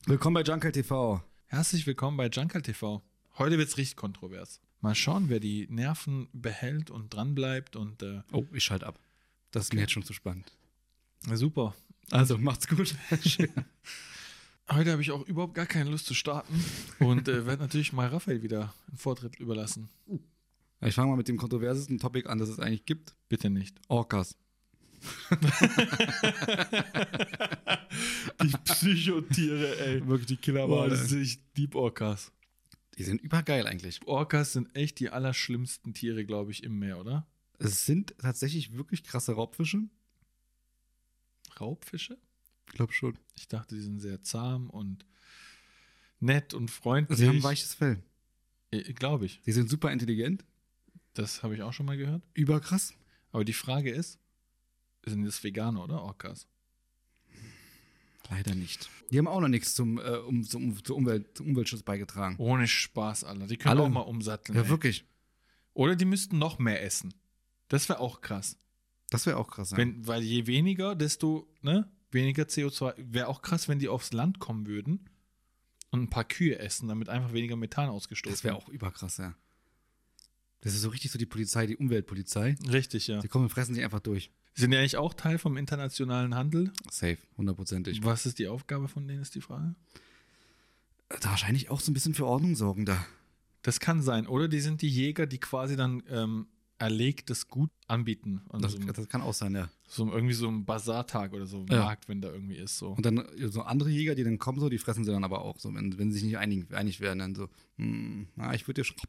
Willkommen bei Jungle TV. Herzlich willkommen bei Jungle TV. Heute wird es richtig kontrovers. Mal schauen, wer die Nerven behält und dranbleibt. Oh, ich schalte ab. Das ist mir jetzt schon zu spannend. Super. Also, macht's gut. Heute habe ich auch überhaupt gar keine Lust zu starten und werde natürlich mal Raphael wieder einen Vortritt überlassen. Ich fange mal mit dem kontroversesten Topic an, das es eigentlich gibt. Bitte nicht. Orcas. Die Psychotiere, ey. Wirklich die Killerwale. Ich liebe Orcas. Die sind übergeil eigentlich. Orcas sind echt die allerschlimmsten Tiere, glaube ich, im Meer, oder? Es sind tatsächlich wirklich krasse Raubfische. Raubfische? Ich glaube schon. Ich dachte, die sind sehr zahm und nett und freundlich. Sie haben ein weiches Fell. Glaube ich. Sie sind super intelligent. Das habe ich auch schon mal gehört. Überkrass. Aber die Frage ist, sind das Veganer oder Orcas? Leider nicht. Die haben auch noch nichts zum Umweltschutz beigetragen. Ohne Spaß, Alter. Die können Alle. auch mal umsatteln. Ja, ey. wirklich. Oder die müssten noch mehr essen. Das wäre auch krass. Das wäre auch krass. Ja. Weil je weniger, desto weniger CO2. Wäre auch krass, wenn die aufs Land kommen würden und ein paar Kühe essen, damit einfach weniger Methan ausgestoßen Das wäre auch überkrass, ja. Das ist so richtig so die Polizei, die Umweltpolizei. Richtig, ja. Die kommen und fressen sich einfach durch. Sind die eigentlich auch Teil vom internationalen Handel? Safe, 100%. Was ist die Aufgabe von denen, ist die Frage? Da wahrscheinlich auch so ein bisschen für Ordnung sorgen da. Das kann sein. Oder die sind die Jäger, die quasi dann erlegtes Gut anbieten. An Das, so einem- das kann auch sein, ja. irgendwie so ein Basartag oder so, ein Ja. Markt, wenn da irgendwie ist. So. Und dann so andere Jäger, die dann kommen, so, die fressen sie dann aber auch so, wenn sie sich nicht einig werden, dann so, ich würde dir schon.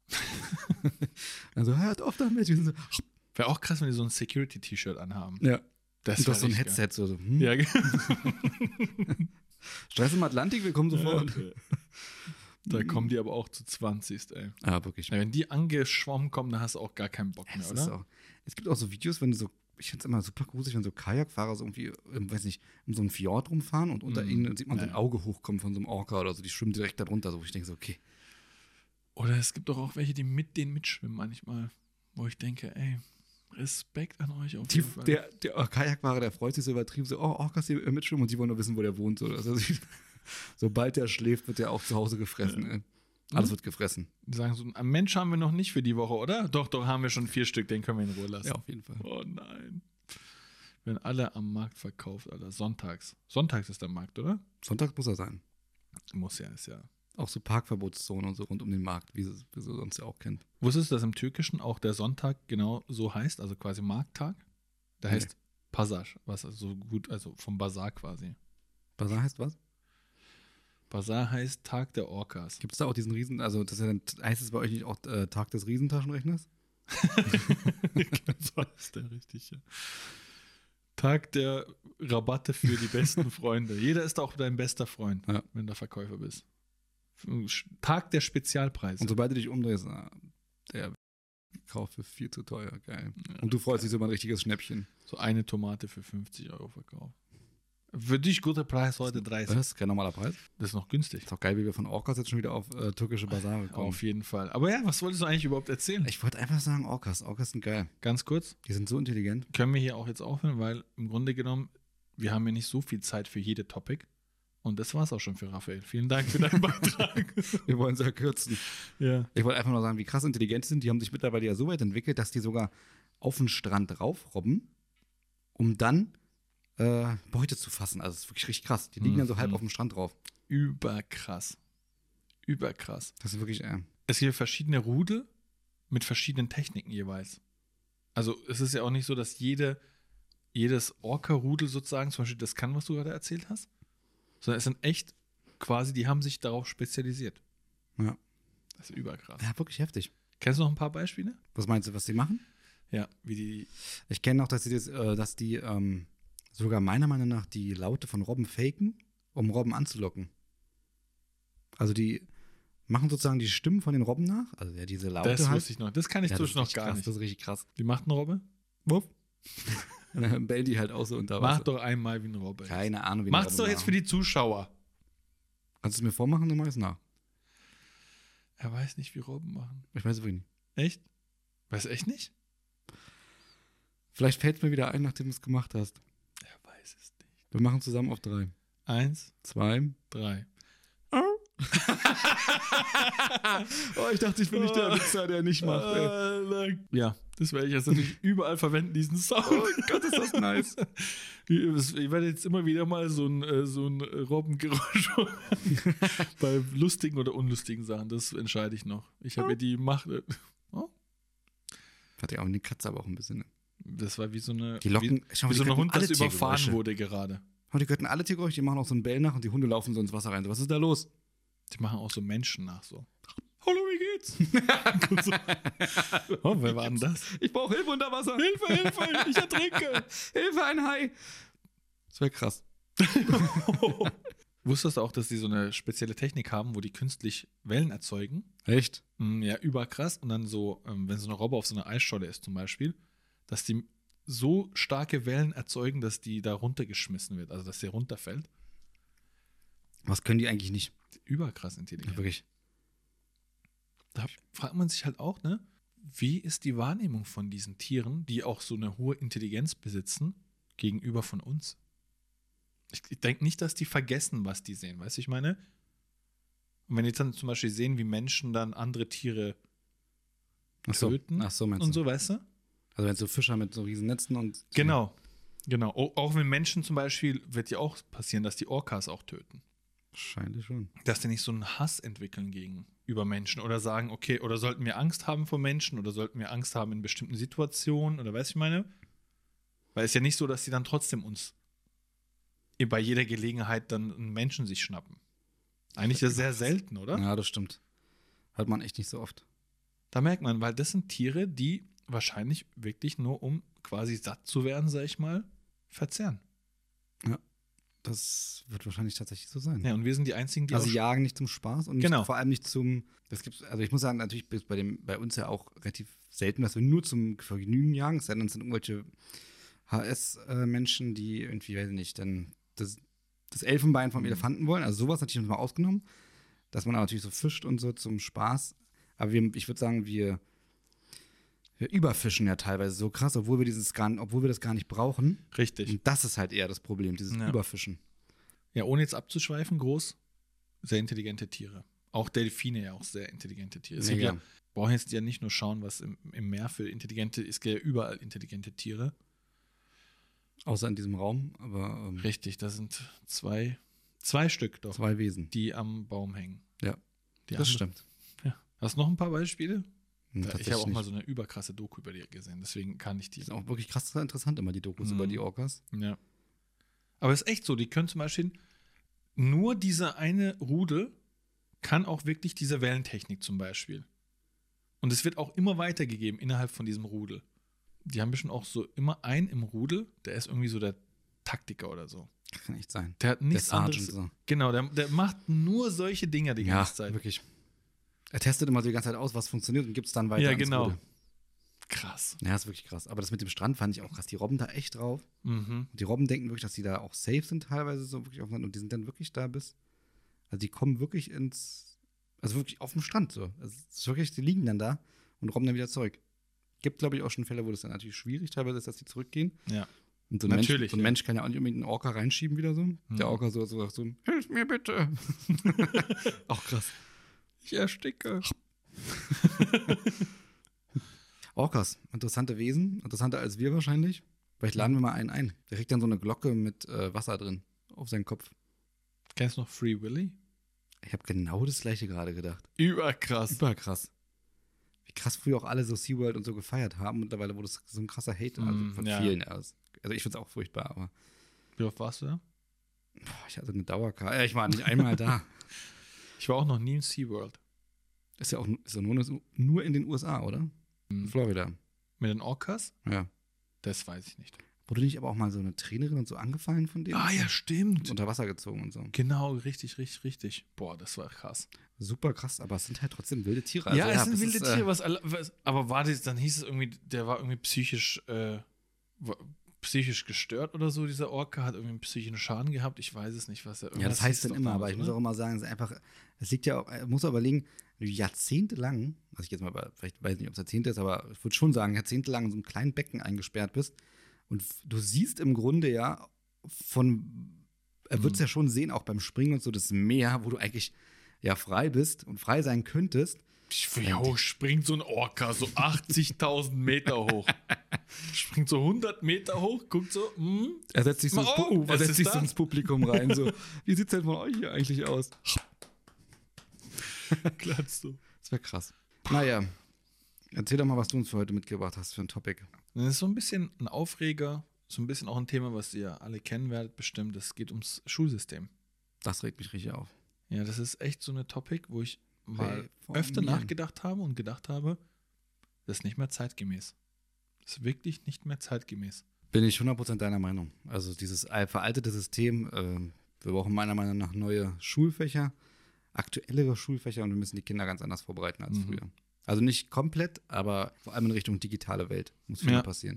Also hört auf damit. Wir sind so, Wäre auch krass, wenn die so ein Security-T-Shirt anhaben. ja. Das Und wäre doch so ein richtig Headset, so. geil. Ja, Stress im Atlantik, wir kommen sofort. da kommen die aber auch zu 20. Ey. Ja, wirklich. Ja, wenn die angeschwommen kommen, dann hast du auch gar keinen Bock mehr, Es ist oder? auch, es gibt auch so Videos, wenn du so, ich finde es immer super gruselig, wenn so Kajakfahrer so irgendwie, weiß nicht, in so einem Fjord rumfahren und unter ihnen sieht man so ein Auge hochkommen von so einem Orca oder so, die schwimmen direkt da drunter, so, wo ich denke so, okay. Oder es gibt doch auch welche, die mit denen mitschwimmen manchmal, wo ich denke, ey, Respekt an euch auf jeden Fall. Der Kajakfahrer, der freut sich so übertrieben, so, oh, Orcas hier mitschwimmen und die wollen nur wissen, wo der wohnt. So. Also, sobald der schläft, wird der auch zu Hause gefressen. Ey. Alles wird gefressen. Die sagen so, einen Mensch haben wir noch nicht für die Woche, oder? Doch, haben wir schon 4 Stück, den können wir in Ruhe lassen. Ja, auf jeden Fall. Oh nein. Werden alle am Markt verkauft, Alter. Sonntags. Sonntags ist der Markt, oder? Sonntag muss er sein. Muss ja, ist ja. Auch so Parkverbotszonen und so rund um den Markt, wie sie sonst ja auch kennt. Wusstest du, dass im Türkischen auch der Sonntag genau so heißt, also quasi Markttag? Der heißt Pasaj, was also so gut, also vom Basar quasi. Basar heißt was? Basar heißt Tag der Orcas. Gibt es da auch diesen Riesen, also das ist ja dann, heißt es bei euch nicht auch Tag des Riesentaschenrechners? So ist der richtig, ja. Tag der Rabatte für die besten Freunde. Jeder ist auch dein bester Freund, Ja. wenn du Verkäufer bist. Tag der Spezialpreise. Und sobald du dich umdrehst, der Kauf ist viel zu teuer, geil. Ja. Und du freust dich so über ein richtiges Schnäppchen. So eine Tomate für 50 € verkauft. Für dich guter Preis heute 30. Das ist kein normaler Preis. Das ist noch günstig. Ist auch geil, wie wir von Orcas jetzt schon wieder auf türkische Basare kommen. Auf jeden Fall. Aber ja, was wolltest du eigentlich überhaupt erzählen? Ich wollte einfach sagen, Orcas sind geil. Ganz kurz, Die sind so intelligent. können wir hier auch jetzt aufhören, weil im Grunde genommen, wir haben ja nicht so viel Zeit für jede Topic. Und das war's auch schon für Raphael. Vielen Dank für deinen Beitrag. Wir wollen es kürzen. Ja. Ich wollte einfach nur sagen, wie krass intelligent die sind. Die haben sich mittlerweile ja so weit entwickelt, dass die sogar auf den Strand raufrobben, um dann Beute zu fassen. Also das ist wirklich richtig krass. Die liegen dann so halb auf dem Strand drauf. Überkrass. Überkrass. Das ist wirklich, Es gibt verschiedene Rudel mit verschiedenen Techniken jeweils. Also es ist ja auch nicht so, dass jedes Orca-Rudel sozusagen zum Beispiel das kann, was du gerade erzählt hast, sondern es sind echt quasi, die haben sich darauf spezialisiert. ja. Das ist überkrass. Ja, wirklich heftig. Kennst du noch ein paar Beispiele? Was meinst du, was die machen? Ja, wie die. Ich kenne noch, dass die sogar meiner Meinung nach die Laute von Robben faken, um Robben anzulocken. Also die machen sozusagen die Stimmen von den Robben nach. Also ja, diese Laute Das halt. wusste ich noch. Das kann ich Ja, das zwischen noch ist gar krass, nicht. Das ist richtig krass. Wie macht eine Robbe? Wuff. Und dann bellen die halt auch so unter Mach Wasser. doch einmal wie eine Robbe. Keine Ahnung, wie eine Macht's Robbe doch jetzt machen. für die Zuschauer. Kannst du es mir vormachen, dann mach ich es nach. Er weiß nicht, wie Robben machen. Ich weiß es wirklich nicht. Echt? Weiß echt nicht? Vielleicht fällt es mir wieder ein, nachdem du es gemacht hast. Er weiß es nicht. Wir machen zusammen auf 3. 1, 2. 3. Oh, ich dachte, ich bin nicht der Wichser, der nicht macht. Ja, das werde ich jetzt natürlich überall verwenden, diesen Sound. Oh Gott, ist das nice. Ich werde jetzt immer wieder mal so ein Robbengeräusch bei lustigen oder unlustigen Sachen. Das entscheide ich noch. Ich habe ja die Macht. Oh. Hat ja auch eine Katze, aber auch ein bisschen. Das war wie so eine. Die Locken, wie so ein Hund, das überfahren wurde gerade. Und die könnten alle Tiergeräusche, die machen auch so einen Bell nach und die Hunde laufen so ins Wasser rein. So, was ist da los? Die machen auch so Menschen nach so. Hallo, wie geht's? Oh, wer war denn das? Ich brauche Hilfe unter Wasser. Hilfe, ich ertrinke. Hilfe, ein Hai. Das wäre krass. Wusstest du auch, dass die so eine spezielle Technik haben, wo die künstlich Wellen erzeugen? Echt? Ja, überkrass. Und dann so, wenn so eine Robbe auf so einer Eisscholle ist zum Beispiel, dass die so starke Wellen erzeugen, dass die da runtergeschmissen wird, also dass sie runterfällt. Was können die eigentlich nicht? Überkrass intelligent. Ja, wirklich. Da fragt man sich halt auch, ne, wie ist die Wahrnehmung von diesen Tieren, die auch so eine hohe Intelligenz besitzen, gegenüber von uns? Ich denke nicht, dass die vergessen, was die sehen, weißt du, ich meine? Und wenn die dann zum Beispiel sehen, wie Menschen dann andere Tiere töten Ach so, meinst und du? so, weißt du? Also wenn so Fischer mit so riesen Netzen und... Genau. Auch wenn Menschen zum Beispiel, wird ja auch passieren, dass die Orcas auch töten. Wahrscheinlich schon. Dass die nicht so einen Hass entwickeln gegenüber Menschen oder sagen, okay, oder sollten wir Angst haben vor Menschen oder sollten wir Angst haben in bestimmten Situationen oder weißt du, ich meine? Weil es ist ja nicht so, dass die dann trotzdem uns bei jeder Gelegenheit dann einen Menschen sich schnappen. Eigentlich ist das sehr selten, oder? Ja, das stimmt. Hört man echt nicht so oft. Da merkt man, weil das sind Tiere, die wahrscheinlich wirklich nur, um quasi satt zu werden, sag ich mal, verzehren. Ja, das wird wahrscheinlich tatsächlich so sein. Ja, und wir sind die Einzigen, die also auch jagen nicht zum Spaß und nicht, Genau. vor allem nicht zum... Also ich muss sagen, natürlich bei uns ja auch relativ selten, dass wir nur zum Vergnügen jagen. Es sind irgendwelche HS-Menschen, die irgendwie, weiß ich nicht, dann das Elfenbein vom Elefanten wollen. Also sowas natürlich mal ausgenommen. Dass man aber natürlich so fischt und so zum Spaß. Aber ich würde sagen, wir überfischen ja teilweise so krass, obwohl wir das gar nicht brauchen. richtig. Und das ist halt eher das Problem, dieses Ja. Überfischen. Ja, ohne jetzt abzuschweifen, groß, sehr intelligente Tiere. Auch Delfine ja auch sehr intelligente Tiere. Es gibt Mega. ja, brauchen jetzt ja nicht nur schauen, was im Meer für intelligente, es gibt ja überall intelligente Tiere. Außer in diesem Raum, aber Richtig, da sind zwei Stück doch, 2 Wesen. die am Baum hängen. Ja, Die das andere- stimmt. Ja. Hast du noch ein paar Beispiele? Hm, Ich tatsächlich habe auch mal nicht. so eine überkrasse Doku über die gesehen, deswegen kann ich die. Die sind auch wirklich krass interessant, immer die Dokus Mhm. über die Orcas. Ja. Aber es ist echt so, die können zum Beispiel nur diese eine Rudel kann auch wirklich diese Wellentechnik zum Beispiel. Und es wird auch immer weitergegeben innerhalb von diesem Rudel. Die haben bestimmt auch so immer einen im Rudel, der ist irgendwie so der Taktiker oder so. Kann echt sein. Der hat nichts Der Sergeant anderes. so. Genau, der macht nur solche Dinger die Ja, ganze Zeit. wirklich. Er testet immer so die ganze Zeit aus, was funktioniert und gibt es dann weiter. Ja, ans genau. Rudel. Krass. Ja, ist wirklich krass. Aber das mit dem Strand fand ich auch krass. Die Robben da echt drauf. Mhm. Und die Robben denken wirklich, dass die da auch safe sind teilweise so wirklich aufeinander. Und die sind dann wirklich da also die kommen wirklich also wirklich auf dem Strand so. Also es ist wirklich, die liegen dann da und robben dann wieder zurück. Gibt, glaube ich, auch schon Fälle, wo das dann natürlich schwierig teilweise ist, dass die zurückgehen. Ja. Und so ein Natürlich, Mensch, so ein ja. Mensch kann ja auch nicht unbedingt einen Orca reinschieben wieder so. Der Orca so hilf mir bitte. Auch krass. Ich ersticke. Orcas, interessante Wesen, interessanter als wir wahrscheinlich. Vielleicht laden wir mal einen ein. Der kriegt dann so eine Glocke mit Wasser drin auf seinen Kopf. Kennst du noch Free Willy? Ich habe genau das gleiche gerade gedacht. Überkrass. Überkrass. Wie krass früher auch alle so SeaWorld und so gefeiert haben. Mittlerweile wurde es so ein krasser Hate von ja. vielen. Also ich finde es auch furchtbar, aber Wie oft warst du da? ich hatte eine Dauerkarte. Ich war nicht einmal da. Ich war auch noch nie in SeaWorld. Ist ja nur in den USA, oder? In Florida. Mit den Orcas? Ja. Das weiß ich nicht. Wurde nicht aber auch mal so eine Trainerin und so angefallen von denen? Ah ja, stimmt. Unter Wasser gezogen und so. Genau, richtig. Boah, das war krass. Super krass, aber es sind halt trotzdem wilde Tiere. Also, ja, es sind das wilde ist, Tiere, aber war das, dann hieß es irgendwie, der war irgendwie psychisch gestört oder so, dieser Orca, hat irgendwie einen psychischen Schaden gehabt. Ich weiß es nicht, was er Ja, das heißt dann immer, aber ich muss auch immer sagen, es ist einfach, es liegt ja auch, muss auch überlegen, jahrzehntelang, also ich jetzt mal, vielleicht weiß ich nicht, ob es Jahrzehnte ist, aber ich würde schon sagen, jahrzehntelang in so einem kleinen Becken eingesperrt bist und du siehst im Grunde ja er wird es ja schon sehen, auch beim Springen und so, das Meer, wo du eigentlich ja frei bist und frei sein könntest. Wie hoch springt so ein Orca? So 80.000 Meter hoch. Springt so 100 Meter hoch, guckt so, Er setzt sich so, was ist das? ins Publikum rein. So, wie sieht es denn von euch hier eigentlich aus? Klatschst du. Das wäre krass. Naja, erzähl doch mal, was du uns für heute mitgebracht hast für ein Topic. Das ist so ein bisschen ein Aufreger, so ein bisschen auch ein Thema, was ihr alle kennen werdet bestimmt. Es geht ums Schulsystem. Das regt mich richtig auf. Ja, das ist echt so eine Topic, wo ich mal öfter Reformieren. nachgedacht habe und gedacht habe, das ist nicht mehr zeitgemäß. Das ist wirklich nicht mehr zeitgemäß. Bin ich 100% deiner Meinung. Also dieses veraltete System, wir brauchen meiner Meinung nach neue Schulfächer, aktuellere Schulfächer und wir müssen die Kinder ganz anders vorbereiten als früher. Also nicht komplett, aber vor allem in Richtung digitale Welt muss viel passieren.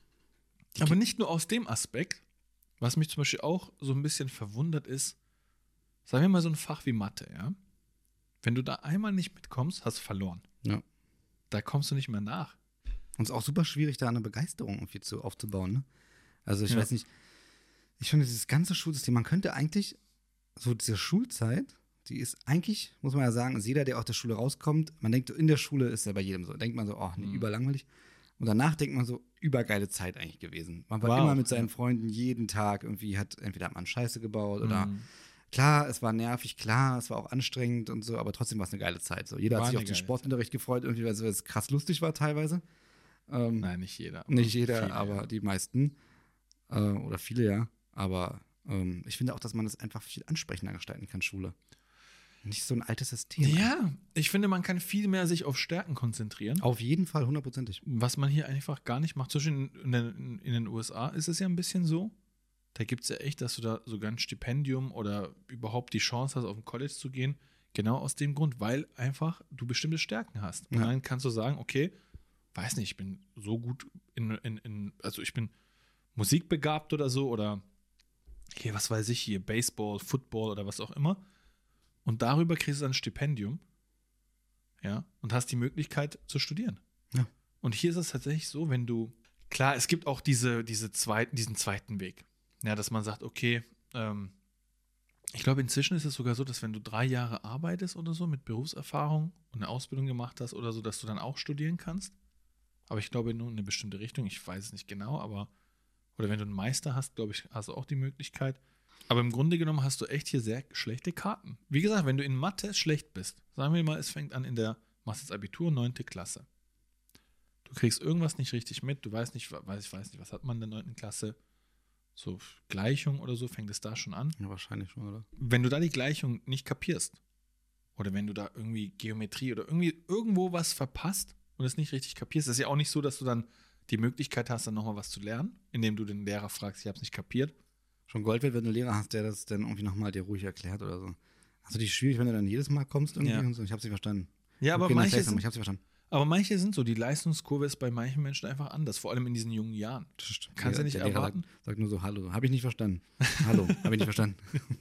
Aber nicht nur aus dem Aspekt, was mich zum Beispiel auch so ein bisschen verwundert ist, sagen wir mal so ein Fach wie Mathe, ja? Wenn du da einmal nicht mitkommst, hast du verloren. Ja. Da kommst du nicht mehr nach. Und es ist auch super schwierig, da eine Begeisterung irgendwie aufzubauen. Ne? Also ich weiß nicht, ich finde dieses ganze Schulsystem, man könnte eigentlich, so diese Schulzeit, die ist eigentlich, muss man ja sagen, ist jeder, der aus der Schule rauskommt, man denkt, in der Schule ist ja bei jedem so, denkt man so, oh, nee, überlangweilig. Und danach denkt man so, übergeile Zeit eigentlich gewesen. Man war immer mit seinen Freunden jeden Tag irgendwie, entweder hat man Scheiße gebaut oder klar, es war nervig, klar, es war auch anstrengend und so, aber trotzdem war es eine geile Zeit. So, jeder hat sich auf den Sportunterricht gefreut, irgendwie, weil es krass lustig war teilweise. Nein, nicht jeder. Nicht jeder, viele, aber die meisten. Oder viele, ja. Aber ich finde auch, dass man das einfach viel ansprechender gestalten kann, Schule. Nicht so ein altes System. Ja, ich finde, man kann viel mehr sich auf Stärken konzentrieren. Auf jeden Fall, 100%. Was man hier einfach gar nicht macht. Zum Beispiel in den USA ist es ja ein bisschen so. Da gibt es ja echt, dass du da sogar ein Stipendium oder überhaupt die Chance hast, auf ein College zu gehen. Genau aus dem Grund, weil einfach du bestimmte Stärken hast. Und dann kannst du sagen, okay, weiß nicht, ich bin so gut also ich bin musikbegabt oder so oder hier, was weiß ich, hier Baseball, Football oder was auch immer. Und darüber kriegst du ein Stipendium, ja, und hast die Möglichkeit zu studieren. Ja. Und hier ist es tatsächlich so, wenn du, klar, es gibt auch diesen zweiten Weg, ja, dass man sagt, okay, ich glaube, inzwischen ist es sogar so, dass wenn du 3 Jahre arbeitest oder so mit Berufserfahrung und eine Ausbildung gemacht hast oder so, dass du dann auch studieren kannst. Aber ich glaube nur in eine bestimmte Richtung, ich weiß es nicht genau, oder wenn du einen Meister hast, glaube ich, hast du auch die Möglichkeit. Aber im Grunde genommen hast du echt hier sehr schlechte Karten. Wie gesagt, wenn du in Mathe schlecht bist, sagen wir mal, es fängt an machst jetzt Abitur, 9. Klasse. Du kriegst irgendwas nicht richtig mit, du weißt nicht, was hat man in der 9. Klasse? So Gleichung oder so, fängt es da schon an? Ja, wahrscheinlich schon, oder? Wenn du da die Gleichung nicht kapierst, oder wenn du da irgendwie Geometrie oder irgendwo was verpasst und es nicht richtig kapierst, ist ja auch nicht so, dass du dann die Möglichkeit hast, dann nochmal was zu lernen, indem du den Lehrer fragst, ich habe es nicht kapiert. Schon Gold wird, wenn du einen Lehrer hast, der das dann irgendwie nochmal dir ruhig erklärt oder so. Hast du dich schwierig, wenn du dann jedes Mal kommst irgendwie und so? Ich hab's nicht verstanden. Ja, aber okay, manche ich hab's nicht verstanden. Aber manche sind so, die Leistungskurve ist bei manchen Menschen einfach anders, vor allem in diesen jungen Jahren. Kannst du nicht erwarten. Sag nur so, hallo, habe ich nicht verstanden. Hallo, habe ich nicht verstanden.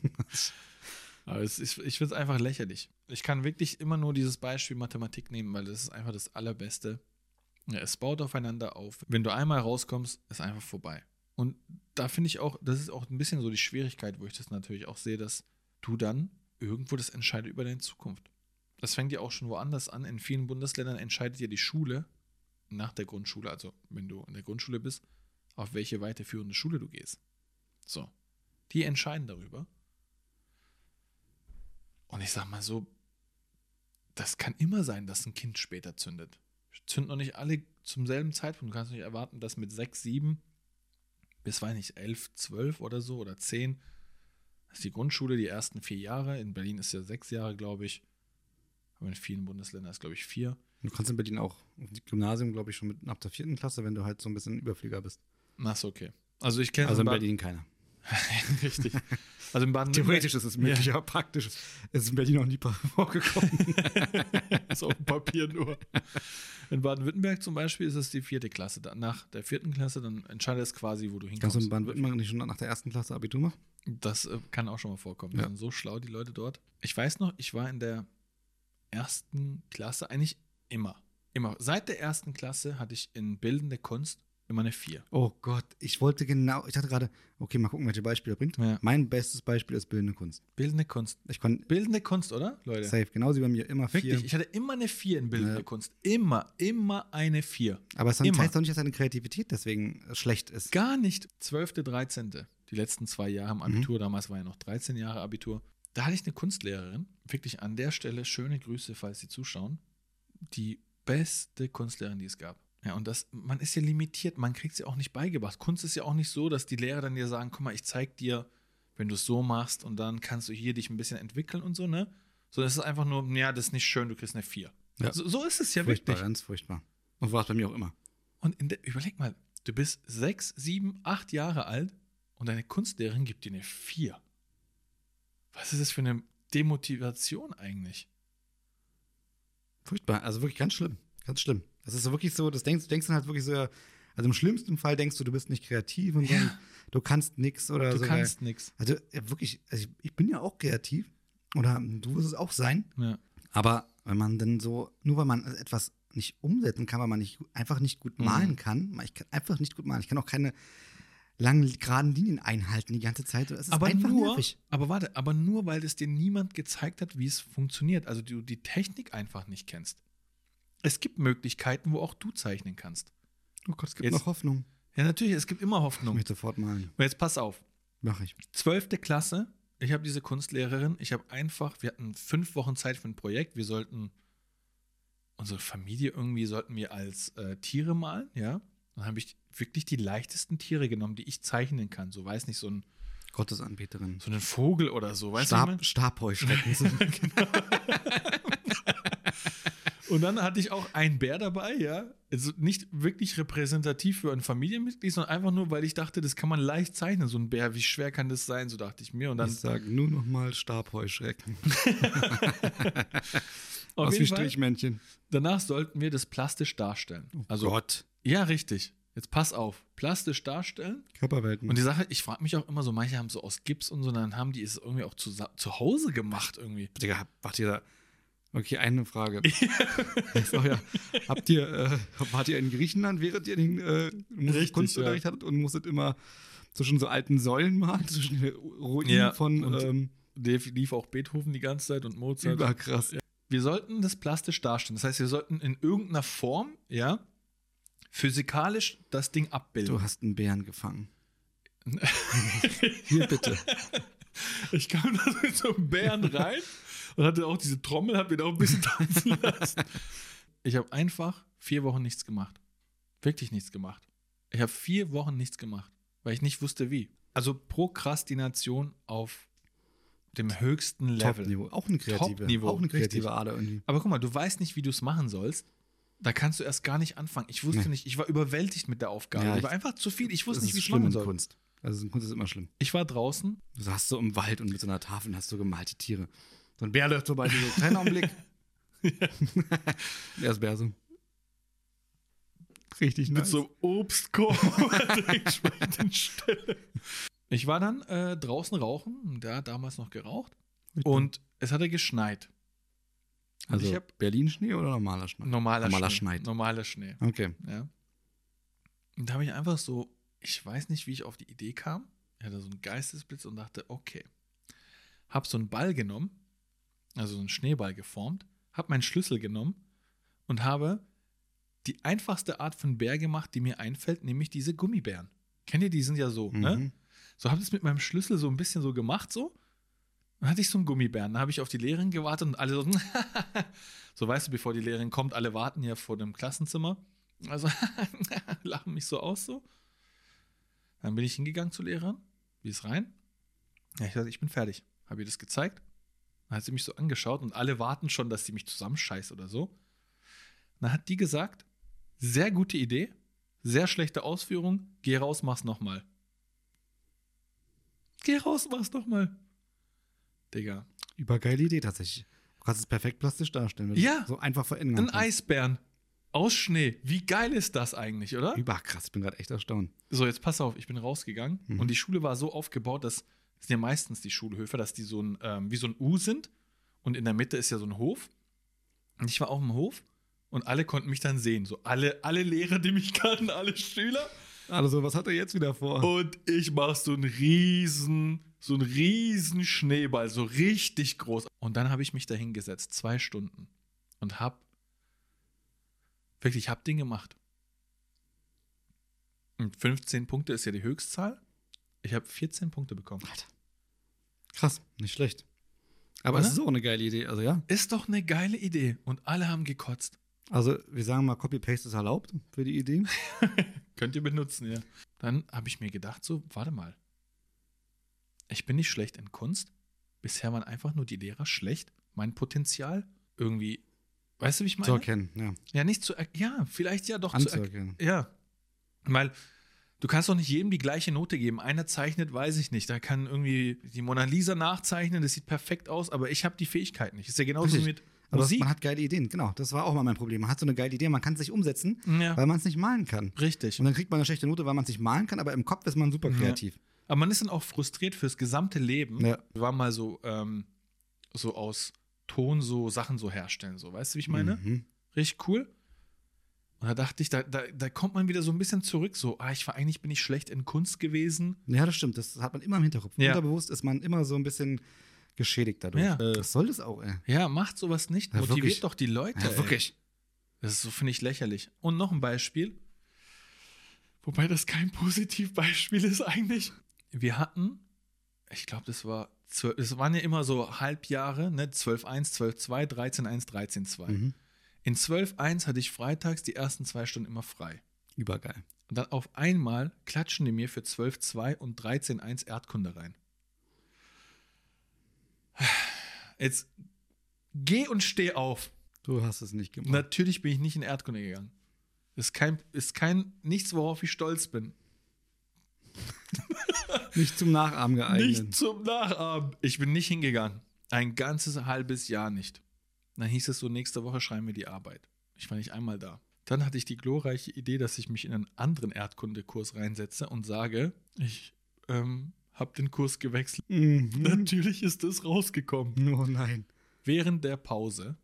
Aber ich finde es einfach lächerlich. Ich kann wirklich immer nur dieses Beispiel Mathematik nehmen, weil das ist einfach das Allerbeste. Ja, es baut aufeinander auf. Wenn du einmal rauskommst, ist einfach vorbei. Und da finde ich auch, das ist auch ein bisschen so die Schwierigkeit, wo ich das natürlich auch sehe, dass du dann irgendwo das entscheidet über deine Zukunft. Das fängt ja auch schon woanders an. In vielen Bundesländern entscheidet ja die Schule nach der Grundschule, also wenn du in der Grundschule bist, auf welche weiterführende Schule du gehst. So. Die entscheiden darüber. Und ich sag mal so, das kann immer sein, dass ein Kind später zündet. Zünden noch nicht alle zum selben Zeitpunkt. Du kannst nicht erwarten, dass mit 6, 7 bis, weiß nicht, 11, 12 oder so oder 10, das ist die Grundschule, die ersten 4 Jahre. In Berlin ist ja 6 Jahre, glaube ich. Aber in vielen Bundesländern ist, glaube ich, 4. Du kannst in Berlin auch auf die Gymnasium, glaube ich, schon ab der 4. Klasse, wenn du halt so ein bisschen Überflieger bist. Achso, okay. Also ich kenne in Berlin keiner. Richtig. Also in Baden-Württemberg. Theoretisch ist es möglich, aber praktisch ist es in Berlin noch nie vorgekommen. Ist auf dem Papier nur. In Baden-Württemberg zum Beispiel ist es die 4. Klasse. Nach der 4. Klasse, dann entscheidet es quasi, wo du hinkommst. Kannst du in Baden-Württemberg nicht schon nach der 1. Klasse Abitur machen? Das kann auch schon mal vorkommen. Die sind so schlau, die Leute dort. Ich weiß noch, ich war in der 1. Klasse eigentlich immer. Seit der 1. Klasse hatte ich in Bildende Kunst immer eine 4. Oh Gott, ich dachte gerade, okay, mal gucken, welche Beispiele er bringt. Ja. Mein bestes Beispiel ist bildende Kunst. Bildende Kunst. Ich konnte Bildende Kunst, oder, Leute? safe, genauso wie bei mir, immer 4. Wirklich, ich hatte immer eine 4 in bildende Ja. Kunst. Immer eine 4. Aber es Immer. heißt doch nicht, dass deine Kreativität deswegen schlecht ist. Gar nicht. 12., 13. Die letzten 2 Jahre im Abitur, damals war ja noch 13 Jahre Abitur. Da hatte ich eine Kunstlehrerin, wirklich an der Stelle schöne Grüße, falls Sie zuschauen, die beste Kunstlehrerin, die es gab. Ja, und man ist ja limitiert, man kriegt es ja auch nicht beigebracht. Kunst ist ja auch nicht so, dass die Lehrer dann dir sagen, guck mal, ich zeig dir, wenn du es so machst und dann kannst du hier dich ein bisschen entwickeln und so, ne? Sondern es ist einfach nur, ja, das ist nicht schön, du kriegst eine 4. Ja. So ist es ja Furchtbar, wirklich. ganz furchtbar. Und war es bei mir auch immer. Und überleg mal, du bist 6, 7, 8 Jahre alt und deine Kunstlehrerin gibt dir eine 4. Was ist das für eine Demotivation eigentlich? Furchtbar, also wirklich ganz schlimm. Ganz schlimm. Das ist so wirklich so, du denkst dann halt wirklich so, also im schlimmsten Fall denkst du bist nicht kreativ und dann, du kannst nix oder Du so. kannst nichts. Also wirklich, ich bin ja auch kreativ oder du wirst es auch sein, Ja. aber wenn man dann so, nur weil man etwas nicht umsetzen kann, weil man einfach nicht gut malen kann, ich kann einfach nicht gut malen, ich kann auch keine langen, geraden Linien einhalten die ganze Zeit. Es ist einfach nervig. Aber nur, weil es dir niemand gezeigt hat, wie es funktioniert. Also du die Technik einfach nicht kennst. Es gibt Möglichkeiten, wo auch du zeichnen kannst. Oh Gott, es gibt Jetzt- noch Hoffnung. Ja, natürlich, es gibt immer Ich Hoffnung. möchte sofort malen. Und jetzt pass auf. Mach ich. 12. Klasse, ich habe diese Kunstlehrerin, wir hatten 5 Wochen Zeit für ein Projekt, wir sollten unsere Familie irgendwie als Tiere malen, ja. Dann habe ich wirklich die leichtesten Tiere genommen, die ich zeichnen kann. So, weiß nicht, so Gottesanbeterin. einen Vogel oder so, weißt du? Stabheuschrecken. Und dann hatte ich auch einen Bär dabei, ja. Also nicht wirklich repräsentativ für ein Familienmitglied, sondern einfach nur, weil ich dachte, das kann man leicht zeichnen, so ein Bär. Wie schwer kann das sein? So dachte ich mir. Und dann Ich sage nur noch mal Stabheuschrecken. auf Aus wie jeden Fall, Strichmännchen. danach sollten wir das plastisch darstellen. Also, Gott. ja, richtig. Jetzt pass auf. Plastisch darstellen. Körperwelten. Und die Sache, ich frage mich auch immer so, manche haben so aus Gips und so, dann haben die es irgendwie auch zu Hause gemacht irgendwie. Digga, wart ihr da? Okay, eine Frage. So, ja. Wart ihr in Griechenland, während ihr den Richtig, Kunstunterricht hattet und musstet immer zwischen so alten Säulen malen, zwischen den Ruinen Ja, von und lief auch Beethoven die ganze Zeit und Mozart. überkrass. Wir sollten das plastisch darstellen. Das heißt, wir sollten in irgendeiner Form, ja, physikalisch das Ding abbilden. Du hast einen Bären gefangen. Hier bitte. Ich kam da mit so einem Bären rein und hatte auch diese Trommel, hab mir da auch ein bisschen tanzen lassen. Ich habe einfach 4 Wochen nichts gemacht. Wirklich nichts gemacht. Ich habe 4 Wochen nichts gemacht, weil ich nicht wusste, wie. Also Prokrastination auf dem höchsten Level. Top-Niveau. Auch eine kreative, Top-Niveau, auch eine kreative richtig. Ader irgendwie. Aber guck mal, du weißt nicht, wie du es machen sollst. Da kannst du erst gar nicht anfangen. Ich wusste Nee. nicht, ich war überwältigt mit der Aufgabe. Ja, Ich war einfach zu viel. Ich wusste Das nicht, wie ist ich es schlimm machen in soll. Kunst. Also in Kunst ist immer schlimm. Ich war draußen. Du hast so im Wald und mit so einer Tafel hast du gemalte Tiere. So ein Bär läuft vorbei, so kleiner Augenblick. Der ist Bär so. Richtig Mit nice. so einem Obstkorb an der entsprechenden Stelle. Ich war dann draußen rauchen, der hat damals noch geraucht und es hatte geschneit. Und Also ich hab Berlin-Schnee oder normaler Schnee? normaler Schnee. Schnee. Normaler Schnee. Okay. Ja. Und da habe ich einfach so, ich weiß nicht, wie ich auf die Idee kam. Ich hatte so einen Geistesblitz und dachte, okay. Hab so einen Ball genommen, also so einen Schneeball geformt, hab meinen Schlüssel genommen und habe die einfachste Art von Bär gemacht, die mir einfällt, nämlich diese Gummibären. Kennt ihr, die sind ja so, ne? So habe ich es mit meinem Schlüssel so ein bisschen so gemacht, so. Dann hatte ich so einen Gummibären. Dann habe ich auf die Lehrerin gewartet und alle so, so weißt du, bevor die Lehrerin kommt, alle warten ja vor dem Klassenzimmer. Also lachen mich so aus, so. Dann bin ich hingegangen zur Lehrerin. Wie ist rein? Ja, ich sagte, ich bin fertig. Habe ihr das gezeigt. Dann hat sie mich so angeschaut und alle warten schon, dass sie mich zusammenscheißt oder so. Dann hat die gesagt, sehr gute Idee, sehr schlechte Ausführung, geh raus, mach's nochmal. Geh raus, mach's nochmal. Digga. Übergeile Idee tatsächlich. Du kannst es perfekt plastisch darstellen. wenn du Ja. So einfach verändern Ein kannst. Eisbären aus Schnee. Wie geil ist das eigentlich, oder? Überkrass, ich bin gerade echt erstaunt. So, jetzt pass auf, ich bin rausgegangen und die Schule war so aufgebaut, das sind ja meistens die Schulhöfe, dass die wie so ein U sind und in der Mitte ist ja so ein Hof. Und ich war auf dem Hof und alle konnten mich dann sehen. So alle Lehrer, die mich kannten, alle Schüler. Also, was hat er jetzt wieder vor? Und ich mache so einen riesen Schneeball, so richtig groß. Und dann habe ich mich da hingesetzt, 2 Stunden. Und habe den gemacht. Und 15 Punkte ist ja die Höchstzahl. Ich habe 14 Punkte bekommen. Alter. Krass, nicht schlecht. Aber Oder? es ist auch eine geile Idee, also ja. Ist doch eine geile Idee. Und alle haben gekotzt. Also, wir sagen mal, Copy-Paste ist erlaubt für die Idee. Könnt ihr benutzen, ja. Dann habe ich mir gedacht, so, warte mal. Ich bin nicht schlecht in Kunst. Bisher waren einfach nur die Lehrer schlecht. Mein Potenzial irgendwie, weißt du, wie ich meine? Zu erkennen, ja. Ja, nicht zu ja, vielleicht ja doch Anzuerkennen. Ja. Weil du kannst doch nicht jedem die gleiche Note geben. Einer zeichnet, weiß ich nicht. Da kann irgendwie die Mona Lisa nachzeichnen, das sieht perfekt aus, aber ich habe die Fähigkeit nicht. Ist ja genauso Richtig. mit Aber Musik. man hat geile Ideen, genau. Das war auch mal mein Problem. Man hat so eine geile Idee, man kann es nicht umsetzen, Ja. weil man es nicht malen kann. Richtig. Und dann kriegt man eine schlechte Note, weil man es nicht malen kann, aber im Kopf ist man super kreativ. Aber man ist dann auch frustriert fürs gesamte Leben. Ja. Wir waren mal so aus Ton so Sachen so herstellen, so. Weißt du, wie ich meine? Mhm. Richtig cool. Und da dachte ich, da kommt man wieder so ein bisschen zurück, so, eigentlich bin ich schlecht in Kunst gewesen. Ja, das stimmt. Das hat man immer im Hinterkopf. Ja. Unterbewusst ist man immer so ein bisschen geschädigt dadurch. Ja. Was soll das auch, ey? Ja, macht sowas nicht. Ja, Motiviert wirklich. doch die Leute. Ja, ey. wirklich. Das ist so, finde ich, lächerlich. Und noch ein Beispiel. Wobei das kein Positivbeispiel ist eigentlich. Wir hatten, ich glaube, das waren ja immer so Halbjahre, ne? 12.1, 12.2, 13.1, 13.2. Mhm. In 12.1 hatte ich freitags die ersten 2 Stunden immer frei. Übergeil. Und dann auf einmal klatschen die mir für 12.2 und 13.1 Erdkunde rein. Jetzt geh und steh auf. Du hast es nicht gemacht. Natürlich bin ich nicht in Erdkunde gegangen. Ist nichts, worauf ich stolz bin. Nicht zum Nachahmen geeignet. Nicht zum Nachahmen. Ich bin nicht hingegangen. Ein ganzes halbes Jahr nicht. Dann hieß es so, nächste Woche schreiben wir die Arbeit. Ich war nicht einmal da. Dann hatte ich die glorreiche Idee, dass ich mich in einen anderen Erdkundekurs reinsetze und sage, ich habe den Kurs gewechselt. Mhm. Natürlich ist das rausgekommen. Oh nein. Während der Pause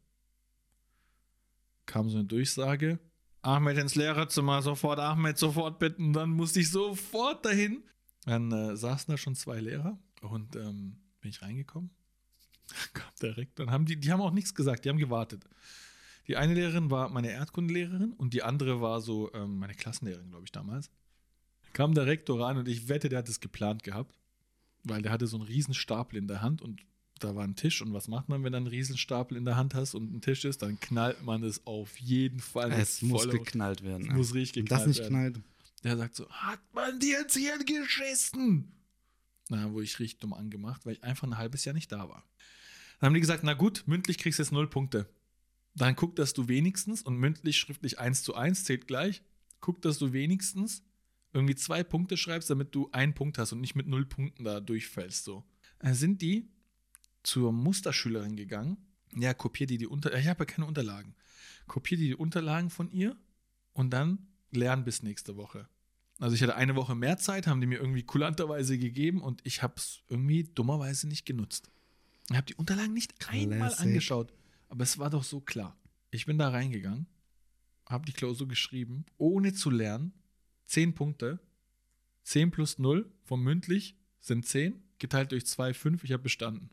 kam so eine Durchsage, Ahmed ins Lehrerzimmer, Ahmed sofort bitten. Dann musste ich sofort dahin. Dann saßen da schon 2 Lehrer und bin ich reingekommen. Kam der Rektor. Dann haben die haben auch nichts gesagt, die haben gewartet. Die eine Lehrerin war meine Erdkundelehrerin und die andere war so meine Klassenlehrerin, glaube ich, damals. Kam der Rektor rein und ich wette, der hat es geplant gehabt, weil der hatte so einen riesen Stapel in der Hand und da war ein Tisch. Und was macht man, wenn du einen riesen Stapel in der Hand hast und ein Tisch ist? Dann knallt man es auf jeden Fall. Es muss geknallt werden. Es muss richtig geknallt werden. Das nicht werden. knallt. Der sagt so, hat man dir jetzt hier geschissen? Na, wurde ich richtig dumm angemacht, weil ich einfach ein halbes Jahr nicht da war. Dann haben die gesagt, na gut, mündlich kriegst du jetzt 0 Punkte. Dann guck, dass du wenigstens, und mündlich, schriftlich 1:1 zählt gleich, guck, dass du wenigstens irgendwie 2 Punkte schreibst, damit du 1 Punkt hast und nicht mit 0 Punkten da durchfällst. So. Dann sind die zur Musterschülerin gegangen. Ja, kopier die Unterlagen. Ich habe ja keine Unterlagen. Kopier die Unterlagen von ihr und dann lernen bis nächste Woche. Also ich hatte eine Woche mehr Zeit, haben die mir irgendwie kulanterweise gegeben und ich habe es irgendwie dummerweise nicht genutzt. Ich habe die Unterlagen nicht einmal angeschaut, aber es war doch so klar. Ich bin da reingegangen, habe die Klausur geschrieben, ohne zu lernen, 10 Punkte, 10 plus 0 vom mündlich sind 10, geteilt durch 2, 5, ich habe bestanden.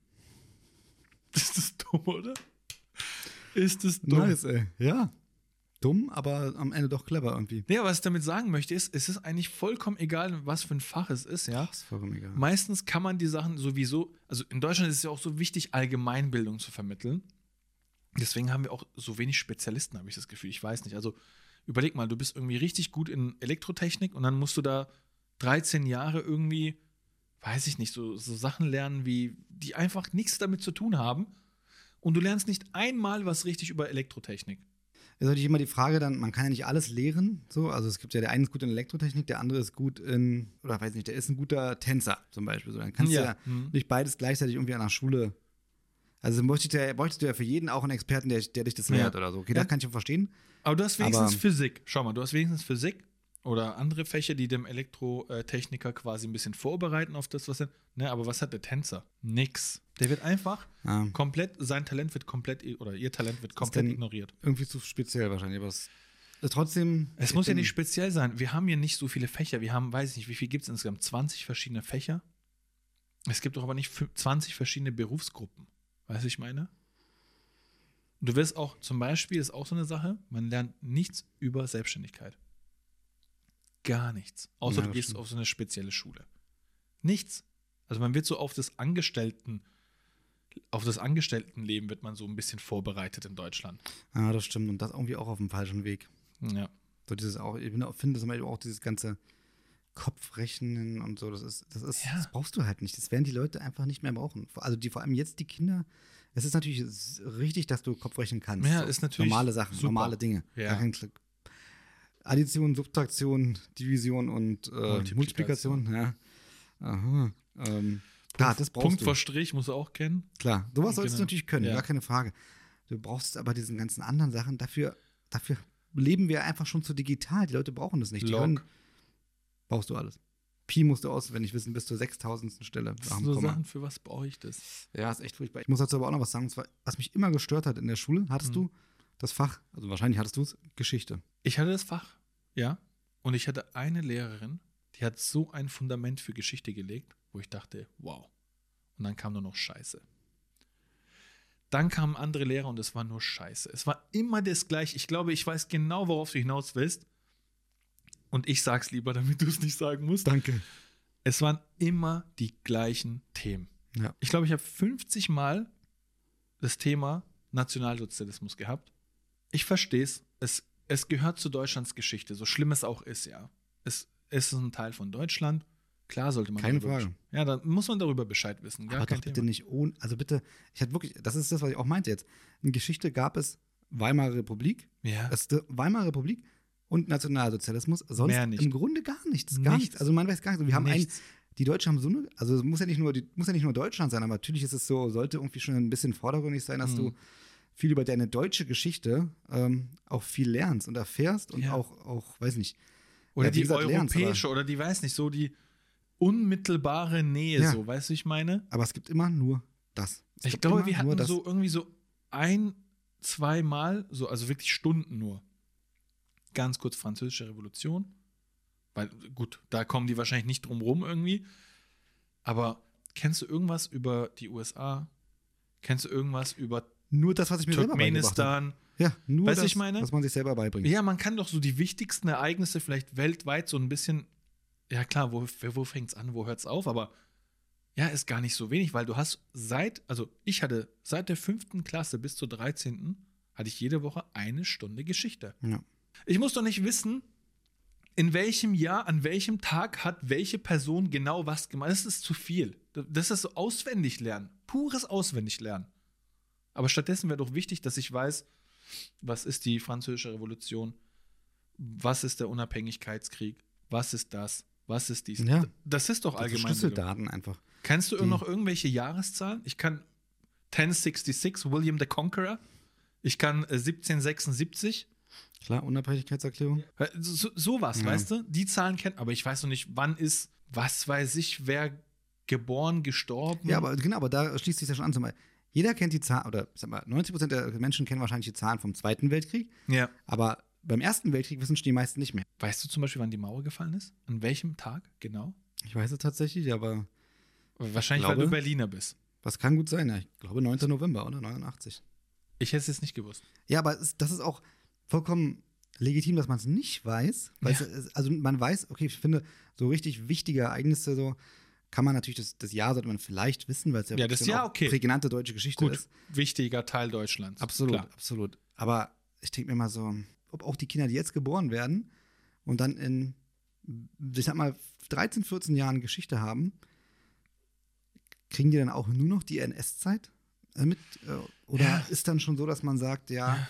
Ist das dumm, oder? Ist das dumm? Nice, ey. Ja. Dumm, aber am Ende doch clever irgendwie. Ja, was ich damit sagen möchte, ist, es ist eigentlich vollkommen egal, was für ein Fach es ist, ja. Das ist vollkommen egal. Meistens kann man die Sachen sowieso, also in Deutschland ist es ja auch so wichtig, Allgemeinbildung zu vermitteln. Deswegen haben wir auch so wenig Spezialisten, habe ich das Gefühl. Ich weiß nicht. Also überleg mal, du bist irgendwie richtig gut in Elektrotechnik und dann musst du da 13 Jahre irgendwie, weiß ich nicht, so Sachen lernen, die einfach nichts damit zu tun haben. Und du lernst nicht einmal was richtig über Elektrotechnik. Ist natürlich immer die Frage dann, man kann ja nicht alles lehren. So. Also es gibt ja, der eine ist gut in Elektrotechnik, der andere ist gut in, oder weiß nicht, der ist ein guter Tänzer zum Beispiel. So. Dann kannst du ja nicht beides gleichzeitig irgendwie an der Schule. Also bräuchtest du ja für jeden auch einen Experten, der dich das lehrt oder so. Okay, das kann ich schon verstehen. Aber du hast wenigstens Physik. Schau mal, du hast wenigstens Physik oder andere Fächer, die dem Elektrotechniker quasi ein bisschen vorbereiten auf das, was er, ne, aber was hat der Tänzer? Nix. Der wird einfach komplett, sein Talent wird komplett, oder ihr Talent wird komplett ignoriert. Irgendwie zu speziell wahrscheinlich, aber es ist trotzdem. Es muss ja nicht speziell sein. Wir haben hier nicht so viele Fächer. Wir haben, weiß ich nicht, wie viel gibt es insgesamt? 20 verschiedene Fächer. Es gibt doch aber nicht 20 verschiedene Berufsgruppen. Weißt du, ich meine? Du wirst auch, zum Beispiel, ist auch so eine Sache, man lernt nichts über Selbstständigkeit. Gar nichts. Außer du gehst auf so eine spezielle Schule. Nichts. Also man wird so auf das Angestelltenleben wird man so ein bisschen vorbereitet in Deutschland. Ja, das stimmt. Und das irgendwie auch auf dem falschen Weg. Ja. So dieses auch, ich finde zum Beispiel auch dieses ganze Kopfrechnen und so, das brauchst du halt nicht. Das werden die Leute einfach nicht mehr brauchen. Also vor allem jetzt die Kinder. Es ist natürlich richtig, dass du Kopfrechnen kannst. Ja, so. ist natürlich normale Sachen, super. Normale Dinge. Ja. Addition, Subtraktion, Division und Multiplikation. Ja. Aha. Klar, das brauchst Punkt du. vor Strich musst du auch kennen. Klar, sowas sollst du natürlich können, Ja. gar keine Frage. Du brauchst aber diesen ganzen anderen Sachen, dafür leben wir einfach schon zu digital. Die Leute brauchen das nicht. Brauchst du alles. Pi musst du auswendig wissen, bis zur 6000. Stelle. Das sind so Sachen, für was brauche ich das? Ja, ist echt furchtbar. Ich muss dazu aber auch noch was sagen. Und zwar, was mich immer gestört hat in der Schule, hattest du das Fach, also wahrscheinlich hattest du es, Geschichte. Ich hatte das Fach, ja. Und ich hatte eine Lehrerin, die hat so ein Fundament für Geschichte gelegt, wo ich dachte, wow. Und dann kam nur noch Scheiße. Dann kamen andere Lehrer und es war nur Scheiße. Es war immer das Gleiche. Ich glaube, ich weiß genau, worauf du hinaus willst. Und ich sag's lieber, damit du es nicht sagen musst. Danke. Es waren immer die gleichen Themen. Ja. Ich glaube, ich habe 50 Mal das Thema Nationalsozialismus gehabt. Ich verstehe es. Es gehört zu Deutschlands Geschichte, so schlimm es auch ist, ja. Es ist ein Teil von Deutschland. Klar sollte man Keine darüber Frage. Ja, dann muss man darüber Bescheid wissen. Gar aber kein doch bitte Thema. nicht ohne, also bitte, ich hatte wirklich, das ist das, was ich auch meinte jetzt. In Geschichte gab es Weimarer Republik, Ja. Weimarer Republik und Nationalsozialismus, sonst Mehr nicht. im Grunde gar nichts. Gar nichts. Also man weiß gar nicht. Wir haben Nichts. die Deutschen haben so eine, also es muss ja nicht nur Deutschland sein, aber natürlich ist es so, sollte irgendwie schon ein bisschen vordergründig sein, dass du viel über deine deutsche Geschichte auch viel lernst und erfährst und Ja. auch, weiß nicht. Oder ja, wie die gesagt, lernst, europäische, oder die, weiß nicht, so die unmittelbare Nähe, Ja. so, weißt du, ich meine? aber es gibt immer nur das. Es Ich gibt glaube, immer wir nur hatten das. so irgendwie so 1-2 Mal, so, also wirklich Stunden nur, ganz kurz Französische Revolution. Weil, gut, da kommen die wahrscheinlich nicht drum rum irgendwie. Aber kennst du irgendwas über die USA? Kennst du irgendwas über Nur das, was ich mir selber beigebracht habe. Turkmenistan? Ja, nur Weißt du, das, ich meine? was man sich selber beibringt. Ja, man kann doch so die wichtigsten Ereignisse vielleicht weltweit so ein bisschen, ja klar, wo fängt es an, wo hört es auf, aber ja, ist gar nicht so wenig, weil du hast ich hatte seit der 5. Klasse bis zur 13. hatte ich jede Woche 1 Stunde Geschichte. Ja. Ich muss doch nicht wissen, in welchem Jahr, an welchem Tag hat welche Person genau was gemacht. Das ist zu viel. Das ist so auswendig lernen. Pures auswendig lernen. Aber stattdessen wäre doch wichtig, dass ich weiß, was ist die Französische Revolution? Was ist der Unabhängigkeitskrieg? Was ist das? Was ist dies? Ja. Das ist doch Das sind allgemein. Schlüsseldaten einfach. Kennst du noch irgendwelche Jahreszahlen? Ich kann 1066, William the Conqueror. Ich kann 1776. Klar, Unabhängigkeitserklärung. Sowas, Ja. weißt du? Die Zahlen kennt, aber ich weiß noch nicht, wann ist, was weiß ich, wer geboren, gestorben. Ja, aber genau, aber da schließt sich das schon an. Zum Beispiel, jeder kennt die Zahlen, oder ich sag mal, 90% der Menschen kennen wahrscheinlich die Zahlen vom Zweiten Weltkrieg, Ja. aber beim Ersten Weltkrieg wissen schon die meisten nicht mehr. Weißt du zum Beispiel, wann die Mauer gefallen ist? An welchem Tag genau? Ich weiß es tatsächlich, aber Wahrscheinlich, glaube- weil du Berliner bist. was kann gut sein? Ja, ich glaube 9. November, oder? 89. Ich hätte es jetzt nicht gewusst. Ja, aber das ist auch vollkommen legitim, dass man es nicht weiß. Weil Ja. also man weiß, okay, ich finde, so richtig wichtige Ereignisse, so kann man natürlich, das Jahr sollte man vielleicht wissen, weil es ja, Ja, das wirklich Jahr, auch okay. prägnante deutsche Geschichte Gut, ist. wichtiger Teil Deutschlands. Absolut, Klar. absolut. Aber ich denke mir mal so, ob auch die Kinder, die jetzt geboren werden und dann in, ich sag mal, 13, 14 Jahren Geschichte haben, kriegen die dann auch nur noch die NS-Zeit mit? Oder Ja. ist dann schon so, dass man sagt, ja.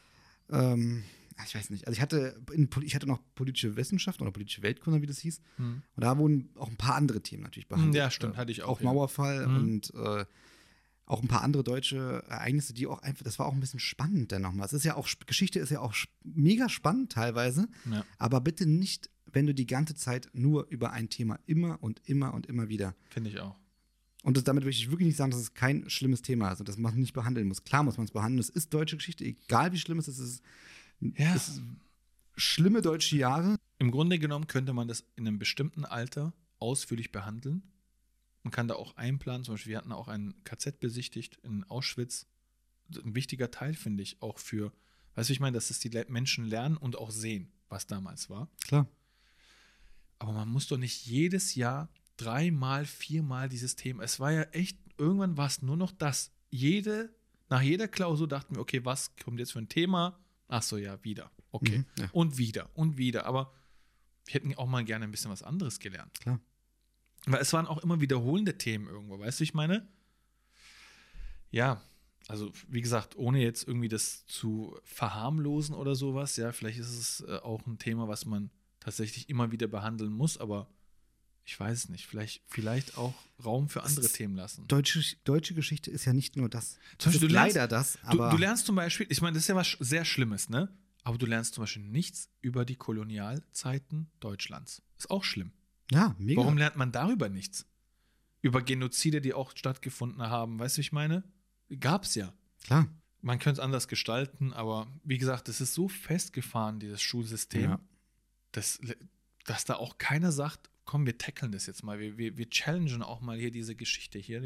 Ich weiß nicht. Also ich hatte noch politische Wissenschaften oder politische Weltkunde, wie das hieß. Und da wurden auch ein paar andere Themen natürlich behandelt. Ja, stimmt, hatte ich auch, Auch ja. Mauerfall und auch ein paar andere deutsche Ereignisse, die auch einfach, das war auch ein bisschen spannend dann nochmal. Es ist ja auch, Geschichte ist ja auch mega spannend teilweise, Ja. aber bitte nicht wenn du die ganze Zeit nur über ein Thema immer und immer und immer wieder. Finde ich auch. Und damit will ich wirklich nicht sagen, dass es kein schlimmes Thema ist und dass man es nicht behandeln muss. Klar muss man es behandeln. Es ist deutsche Geschichte, egal wie schlimm es ist. Es ist schlimme deutsche Jahre. Im Grunde genommen könnte man das in einem bestimmten Alter ausführlich behandeln. Man kann da auch einplanen. Zum Beispiel, wir hatten auch ein KZ besichtigt in Auschwitz. Ein wichtiger Teil, finde ich, auch für, weißt du, ich meine, dass es die Menschen lernen und auch sehen, was damals war. Klar. Aber man muss doch nicht jedes Jahr 3-mal, 4-mal dieses Thema. Es war ja echt, irgendwann war es nur noch das. Nach jeder Klausur dachten wir, okay, was kommt jetzt für ein Thema? Ach so, ja, wieder. Okay. Ja. Und wieder und wieder. Aber wir hätten auch mal gerne ein bisschen was anderes gelernt. Klar. Weil es waren auch immer wiederholende Themen irgendwo, weißt du, ich meine? Ja, also wie gesagt, ohne jetzt irgendwie das zu verharmlosen oder sowas, ja, vielleicht ist es auch ein Thema, was man tatsächlich immer wieder behandeln muss, aber ich weiß es nicht, vielleicht auch Raum für andere Themen lassen. Deutsche Geschichte ist ja nicht nur das. Zum Beispiel, ist leider das, aber du lernst zum Beispiel, ich meine, das ist ja was sehr Schlimmes, ne? Aber du lernst zum Beispiel nichts über die Kolonialzeiten Deutschlands. Ist auch schlimm. ja, mega. Warum lernt man darüber nichts? Über Genozide, die auch stattgefunden haben, weißt du, wie ich meine? Gab's ja. Klar. Man könnte es anders gestalten, aber wie gesagt, das ist so festgefahren, dieses Schulsystem, Ja. dass da auch keiner sagt, komm, wir tackeln das jetzt mal. Wir challengen auch mal hier diese Geschichte hier,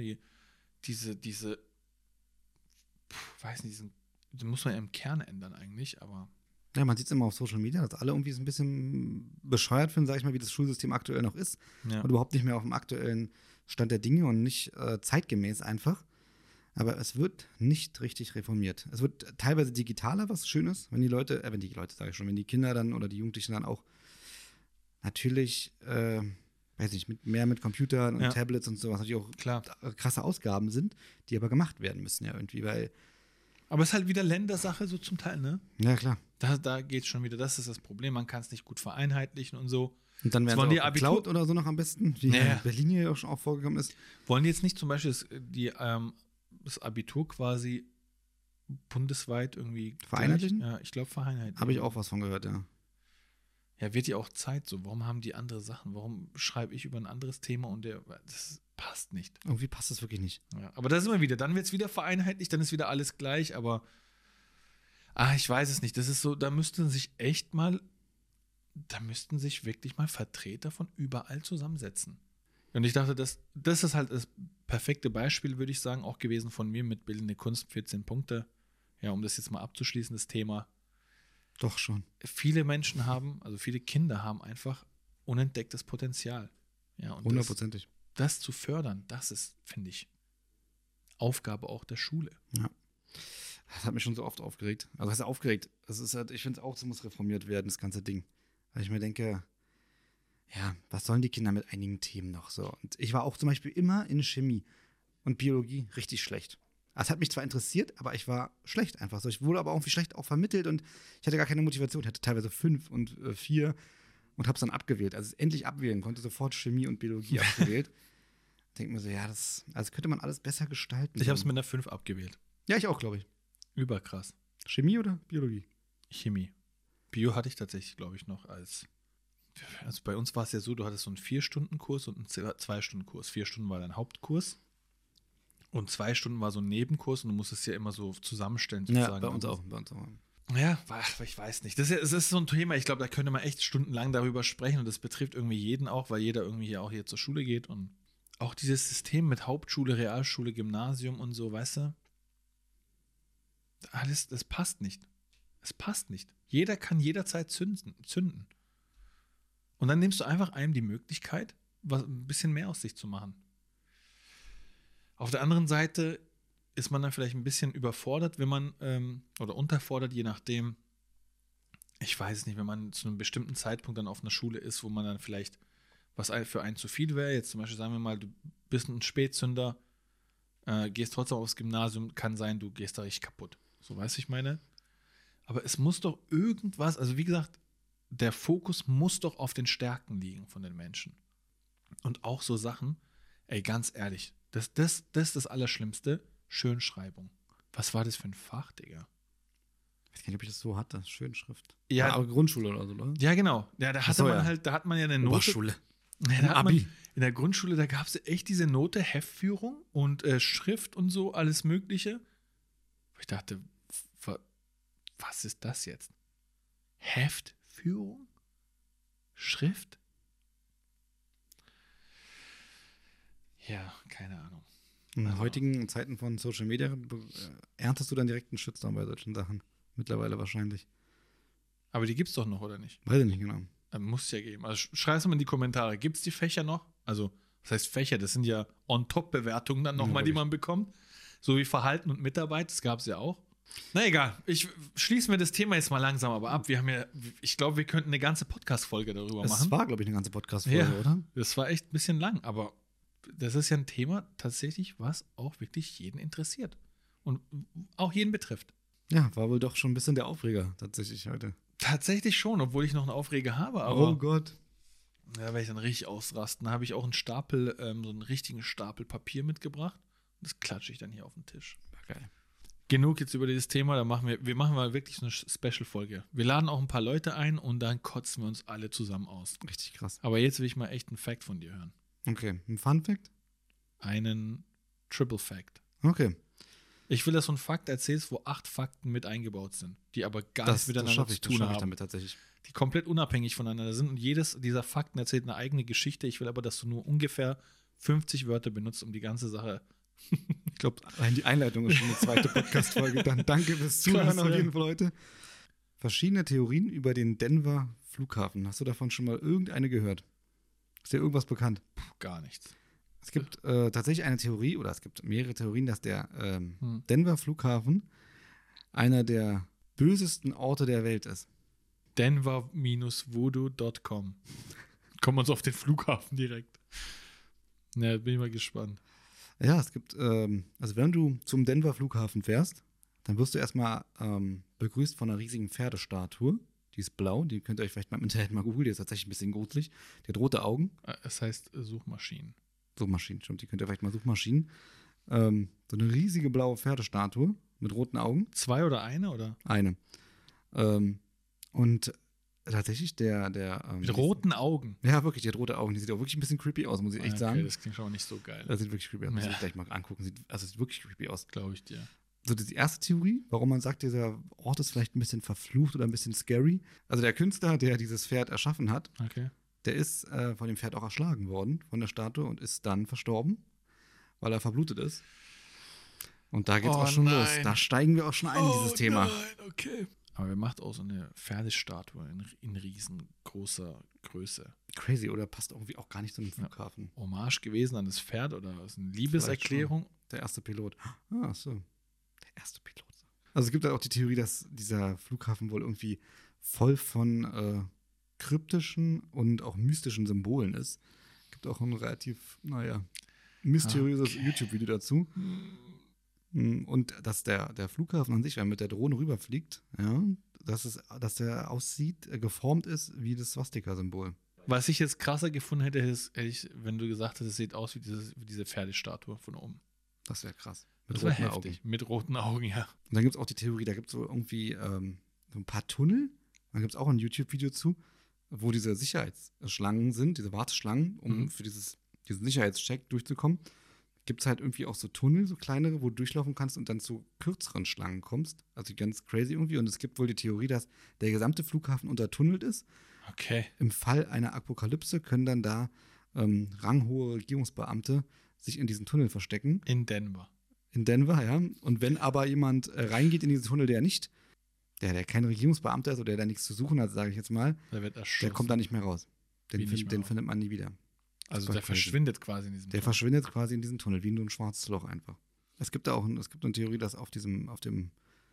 weiß nicht, das muss man ja im Kern ändern eigentlich, aber Ja, man sieht es immer auf Social Media, dass alle irgendwie so ein bisschen bescheuert finden, sag ich mal, wie das Schulsystem aktuell noch ist. ja. Und überhaupt nicht mehr auf dem aktuellen Stand der Dinge und nicht zeitgemäß einfach. Aber es wird nicht richtig reformiert. Es wird teilweise digitaler, was schön ist, wenn die Kinder dann oder die Jugendlichen dann auch natürlich, weiß nicht, mit Computern und Ja. Tablets und sowas natürlich auch Klar. krasse Ausgaben sind, die aber gemacht werden müssen ja irgendwie, weil, Aber es ist halt wieder Ländersache so zum Teil, ne? ja klar. Da geht es schon wieder, das ist das Problem, man kann es nicht gut vereinheitlichen und so. Und dann werden wollen sie die auch geklaut oder so noch am besten, wie Ja. in Berlin hier auch schon auch vorgekommen ist. Wollen die jetzt nicht zum Beispiel das Abitur quasi bundesweit irgendwie Vereinheitlichen? Ja, ich glaube vereinheitlichen. Habe ich auch was von gehört, ja. Ja, wird ja auch Zeit so. Warum haben die andere Sachen? Warum schreibe ich über ein anderes Thema und das passt nicht. Irgendwie passt das wirklich nicht. Ja, aber da sind wir wieder. Dann wird es wieder vereinheitlicht, dann ist wieder alles gleich, aber ich weiß es nicht. Das ist so, da müssten sich wirklich mal Vertreter von überall zusammensetzen. Und ich dachte, das ist halt das perfekte Beispiel, würde ich sagen, auch gewesen von mir mit Bildende Kunst, 14 Punkte. Ja, um das jetzt mal abzuschließen, das Thema. Doch schon. Viele viele Kinder haben einfach unentdecktes Potenzial. Ja, und 100%ig. das zu fördern, das ist, finde ich, Aufgabe auch der Schule. Ja. Das hat mich schon so oft aufgeregt. Also, das ist aufgeregt. Das ist halt, ich finde auch, es muss reformiert werden, das ganze Ding. Weil ich mir denke, ja, was sollen die Kinder mit einigen Themen noch so? Und ich war auch zum Beispiel immer in Chemie und Biologie richtig schlecht. Es hat mich zwar interessiert, aber ich war schlecht einfach so. Ich wurde aber irgendwie schlecht auch vermittelt und ich hatte gar keine Motivation. Ich hatte teilweise 5 und 4 und habe es dann abgewählt. Also endlich abwählen konnte, sofort Chemie und Biologie abgewählt. Denke mir so, ja, das könnte man alles besser gestalten. Ich habe es mit einer 5 abgewählt. Ja, ich auch, glaube ich. Überkrass. Chemie oder Biologie? Chemie. Bio hatte ich tatsächlich, glaube ich, noch also bei uns war es ja so, du hattest so einen 4-Stunden-Kurs und einen 2-Stunden-Kurs. 4 Stunden war dein Hauptkurs und 2 Stunden war so ein Nebenkurs und du musstest ja immer so zusammenstellen. Sozusagen. Ja, bei uns auch. Ja, ich weiß nicht. Es ist so ein Thema, ich glaube, da könnte man echt stundenlang darüber sprechen und das betrifft irgendwie jeden auch, weil jeder irgendwie hier zur Schule geht und auch dieses System mit Hauptschule, Realschule, Gymnasium und so, weißt du, alles, das passt nicht. Es passt nicht. Jeder kann jederzeit zünden. Und dann nimmst du einfach einem die Möglichkeit, ein bisschen mehr aus sich zu machen. Auf der anderen Seite ist man dann vielleicht ein bisschen überfordert, wenn man, oder unterfordert, je nachdem, ich weiß es nicht, wenn man zu einem bestimmten Zeitpunkt dann auf einer Schule ist, wo man dann vielleicht, was für einen zu viel wäre, jetzt zum Beispiel sagen wir mal, du bist ein Spätzünder, gehst trotzdem aufs Gymnasium, kann sein, du gehst da richtig kaputt. So, weißt du, ich meine? Aber es muss doch irgendwas, also wie gesagt, der Fokus muss doch auf den Stärken liegen von den Menschen. Und auch so Sachen, ganz ehrlich, das ist das Allerschlimmste, Schönschreibung. Was war das für ein Fach, Digga? Ich weiß gar nicht, ob ich das so hatte. Schönschrift. Ja. Aber Grundschule oder so, oder? Ja, genau. Ja, da hatte so, man ja. halt, da hat man ja eine Note. Oberschule. Ja, da hat man, Abi. in der Grundschule, da gab es echt diese Note, Heftführung und Schrift und so, alles Mögliche. Ich dachte, was ist das jetzt? Heftführung? Schrift? Ja, keine Ahnung. In Also- heutigen Zeiten von Social Media erntest du dann direkt einen Shitstorm bei solchen Sachen. Mittlerweile wahrscheinlich. Aber die gibt's doch noch, oder nicht? Weiß ich nicht genau. Muss es ja geben. Also schreib's mal in die Kommentare. Gibt es die Fächer noch? Also, was heißt Fächer? Das sind ja On-Top-Bewertungen dann nochmal, die wirklich. man bekommt. So wie Verhalten und Mitarbeit, das gab es ja auch. Na egal, ich schließe mir das Thema jetzt mal langsam aber ab. Wir haben ja, ich glaube, wir könnten eine ganze Podcast-Folge darüber Es machen. war, glaube ich, eine ganze Podcast-Folge, Ja. oder? Das war echt ein bisschen lang, aber das ist ja ein Thema tatsächlich, was auch wirklich jeden interessiert. Und auch jeden betrifft. Ja, war wohl doch schon ein bisschen der Aufreger tatsächlich heute. Tatsächlich schon, obwohl ich noch einen Aufreger habe, aber Oh Gott. da werde ich dann richtig ausrasten. Da habe ich auch einen Stapel, so einen richtigen Stapel Papier mitgebracht. Das klatsche ich dann hier auf den Tisch. Geil. Genug jetzt über dieses Thema, da machen wir machen mal wirklich so eine Special-Folge. Wir laden auch ein paar Leute ein und dann kotzen wir uns alle zusammen aus. Richtig krass. Aber jetzt will ich mal echt einen Fact von dir hören. Okay, ein Fun-Fact? Einen Triple Fact. Okay, Ich will, dass du einen Fakt erzählst, wo 8 Fakten mit eingebaut sind, die aber gar das, nichts das miteinander schaffe zu ich, tun haben. damit tatsächlich. Die komplett unabhängig voneinander sind und jedes dieser Fakten erzählt eine eigene Geschichte. Ich will aber, dass du nur ungefähr 50 Wörter benutzt, um die ganze Sache. Ich glaube, allein die Einleitung ist schon eine zweite Podcast-Folge. Dann danke fürs Zuhören Krass, auf ja. jeden Fall heute. Verschiedene Theorien über den Denver Flughafen. Hast du davon schon mal irgendeine gehört? Ist dir irgendwas bekannt? Gar nichts. Es gibt tatsächlich eine Theorie, oder es gibt mehrere Theorien, dass der Hm. Denver Flughafen einer der bösesten Orte der Welt ist. Denver-voodoo.com. Kommen wir uns auf den Flughafen direkt. Na, bin ich mal gespannt. Ja, es gibt, also wenn du zum Denver Flughafen fährst, dann wirst du erstmal begrüßt von einer riesigen Pferdestatue. Die ist blau, die könnt ihr euch vielleicht mal im Internet mal googeln, die ist tatsächlich ein bisschen gruselig. Die hat rote Augen. Es heißt Suchmaschinen. Suchmaschinen, stimmt, die könnt ihr vielleicht mal Suchmaschinen. So eine riesige blaue Pferdestatue mit roten Augen. 2 oder eine oder? Eine. Und tatsächlich der Mit roten Augen. ja, wirklich, die hat rote Augen. Die sieht auch wirklich ein bisschen creepy aus, muss ich echt Okay, sagen. das klingt schon auch nicht so geil. Das sieht wirklich creepy aus. Muss Ja. ich gleich mal angucken. Also sieht wirklich creepy aus. Glaube ich dir. So, die erste Theorie, warum man sagt, dieser Ort ist vielleicht ein bisschen verflucht oder ein bisschen scary. Also der Künstler, der dieses Pferd erschaffen hat, Okay. der ist von dem Pferd auch erschlagen worden, von der Statue, und ist dann verstorben, weil er verblutet ist. Und da geht's Oh auch schon los. nein. Da steigen wir auch schon ein in dieses Thema. Nein, okay. Aber wer macht auch so eine Pferdestatue in riesengroßer Größe? Crazy, oder passt irgendwie auch gar nicht zu einem Flughafen. Hommage gewesen an das Pferd oder ist eine Liebeserklärung? Der erste Pilot. Ah, so. Der erste Pilot. Also es gibt halt auch die Theorie, dass dieser Flughafen wohl irgendwie voll von kryptischen und auch mystischen Symbolen ist. Gibt auch ein relativ, mysteriöses Okay. YouTube-Video dazu. Und dass der Flughafen an sich, wenn man mit der Drohne rüberfliegt, ja, dass der aussieht, geformt ist wie das Swastika-Symbol. Was ich jetzt krasser gefunden hätte, ist, wenn du gesagt hättest, es sieht aus wie diese Pferdestatue von oben. Das wäre krass. Das war heftig. Mit roten Augen, ja. Und dann gibt es auch die Theorie, da gibt es so irgendwie so ein paar Tunnel. Dann gibt es auch ein YouTube-Video zu, wo diese Sicherheitsschlangen sind, diese Warteschlangen, um für diesen Sicherheitscheck durchzukommen. Gibt es halt irgendwie auch so Tunnel, so kleinere, wo du durchlaufen kannst und dann zu kürzeren Schlangen kommst. Also ganz crazy irgendwie. Und es gibt wohl die Theorie, dass der gesamte Flughafen untertunnelt ist. Okay. Im Fall einer Apokalypse können dann da ranghohe Regierungsbeamte sich in diesen Tunnel verstecken. In Denver. In Denver, ja. Und wenn aber jemand reingeht in diesen Tunnel, der kein Regierungsbeamter ist oder der da nichts zu suchen hat, sage ich jetzt mal, Der wird erschossen. der kommt da nicht mehr raus. Wie nicht mehr Den raus? findet man nie wieder. Also Super der crazy. verschwindet quasi in diesem Der Tunnel. verschwindet quasi in diesem Tunnel, wie nur ein schwarzes Loch einfach. Es gibt eine Theorie, dass auf dem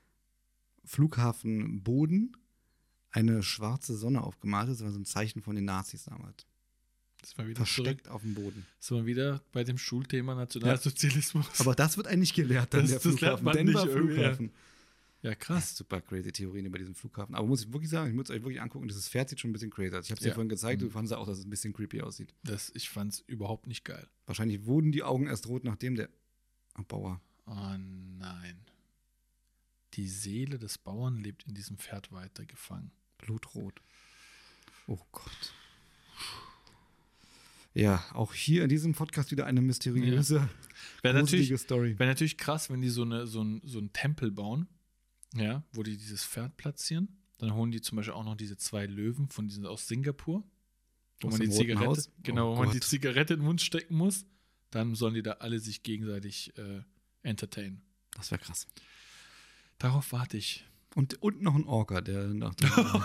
Flughafenboden eine schwarze Sonne aufgemalt ist. Das war so ein Zeichen von den Nazis damals. Das war wieder Versteckt auf dem Boden. Sind wir wieder bei dem Schulthema Nationalsozialismus. Aber das wird eigentlich gelehrt, dann Das- der das lernt Flughafen. man Denver nicht irgendwie, Flughafen. Ja, krass. Super crazy Theorien über diesen Flughafen. Aber muss ich wirklich sagen, ich muss es euch wirklich angucken, dieses Pferd sieht schon ein bisschen crazy aus. Ich habe es dir Ja. vorhin gezeigt, du fandest auch, dass es ein bisschen creepy aussieht. Ich fand's überhaupt nicht geil. Wahrscheinlich wurden die Augen erst rot, nachdem der Bauer. Oh nein. Die Seele des Bauern lebt in diesem Pferd weiter gefangen. Blutrot. Oh Gott. Ja, auch hier in diesem Podcast wieder eine mysteriöse, gruselige Story. Wäre natürlich krass, wenn die so einen Tempel bauen, ja, wo die dieses Pferd platzieren. Dann holen die zum Beispiel auch noch diese 2 Löwen von diesen aus Singapur, wo man die Zigarette, wo man die Zigarette in den Mund stecken muss. Dann sollen die da alle sich gegenseitig entertainen. Das wäre krass. Darauf warte ich. Und noch ein Orca, der nach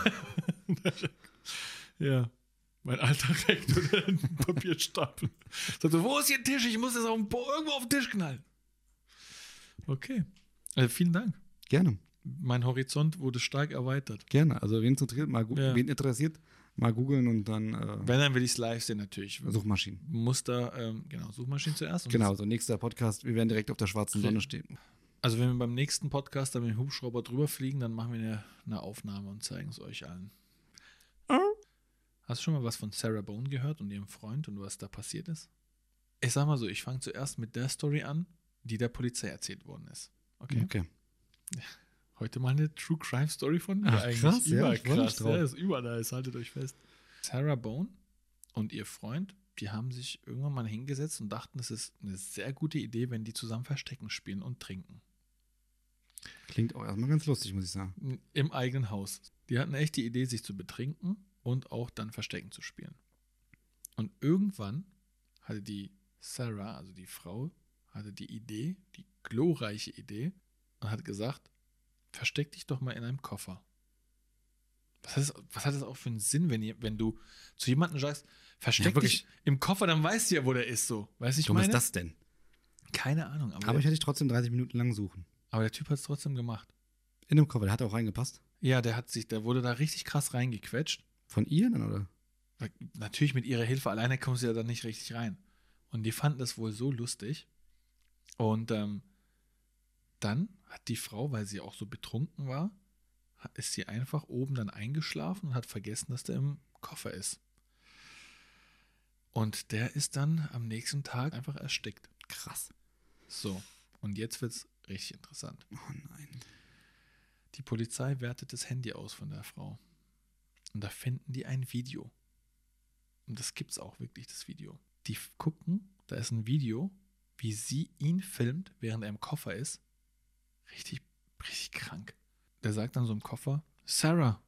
Ja. Mein alter Rektor, der einen Papierstapel. Sagt so, wo ist hier ein Tisch? Ich muss das irgendwo auf den Tisch knallen. Okay. Vielen Dank. Gerne. Mein Horizont wurde stark erweitert. Gerne. Also wen interessiert, mal googeln und dann wenn, dann will ich es live sehen natürlich. Suchmaschinen. Suchmaschinen zuerst. Genau, so nächster Podcast. Wir werden direkt auf der schwarzen Sonne stehen. Also wenn wir beim nächsten Podcast dann mit dem Hubschrauber drüber fliegen, dann machen wir eine Aufnahme und zeigen es euch allen. Hast du schon mal was von Sarah Bone gehört und ihrem Freund und was da passiert ist? Ich sag mal so, ich fange zuerst mit der Story an, die der Polizei erzählt worden ist. Okay. Heute mal eine True Crime Story von mir. Ach, krass, krass. Ja, ist nice, haltet euch fest. Sarah Bone und ihr Freund, die haben sich irgendwann mal hingesetzt und dachten, es ist eine sehr gute Idee, wenn die zusammen Verstecken spielen und trinken. Klingt auch erstmal ganz lustig, muss ich sagen. Im eigenen Haus. Die hatten echt die Idee, sich zu betrinken und auch dann Verstecken zu spielen. Und irgendwann hatte die Sarah, also die Frau, hatte die Idee, die glorreiche Idee, und hat gesagt, versteck dich doch mal in einem Koffer. Was hat das auch für einen Sinn, wenn du zu jemandem sagst, versteck dich im Koffer, dann weißt du ja, wo der ist, so. Weißt du, ich meine? Was ist das denn? Keine Ahnung. Aber ich hätte dich trotzdem 30 Minuten lang suchen. Aber der Typ hat es trotzdem gemacht. In dem Koffer, der hat auch reingepasst? Ja, der wurde da richtig krass reingequetscht. Von ihr dann, oder? Natürlich mit ihrer Hilfe, alleine kommen sie ja da nicht richtig rein. Und die fanden das wohl so lustig. Und dann hat die Frau, weil sie auch so betrunken war, ist sie einfach oben dann eingeschlafen und hat vergessen, dass der im Koffer ist. Und der ist dann am nächsten Tag einfach erstickt. Krass. So, und jetzt wird's richtig interessant. Oh nein. Die Polizei wertet das Handy aus von der Frau. Und da finden die ein Video. Und das gibt's auch wirklich, das Video. Die gucken, da ist ein Video, wie sie ihn filmt, während er im Koffer ist. Richtig, richtig krank. Der sagt dann so im Koffer, Sarah.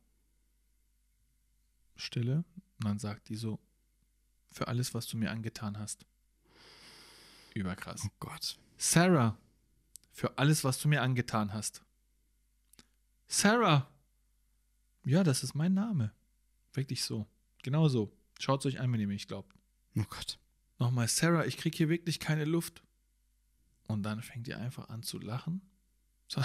Stille. Und dann sagt die so, für alles, was du mir angetan hast. Überkrass. Oh Gott. Sarah. Für alles, was du mir angetan hast. Sarah. Ja, das ist mein Name. Wirklich so. Genau so. Schaut es euch an, wenn ihr mich glaubt. Oh Gott. Nochmal, Sarah, ich krieg hier wirklich keine Luft. Und dann fängt ihr einfach an zu lachen. So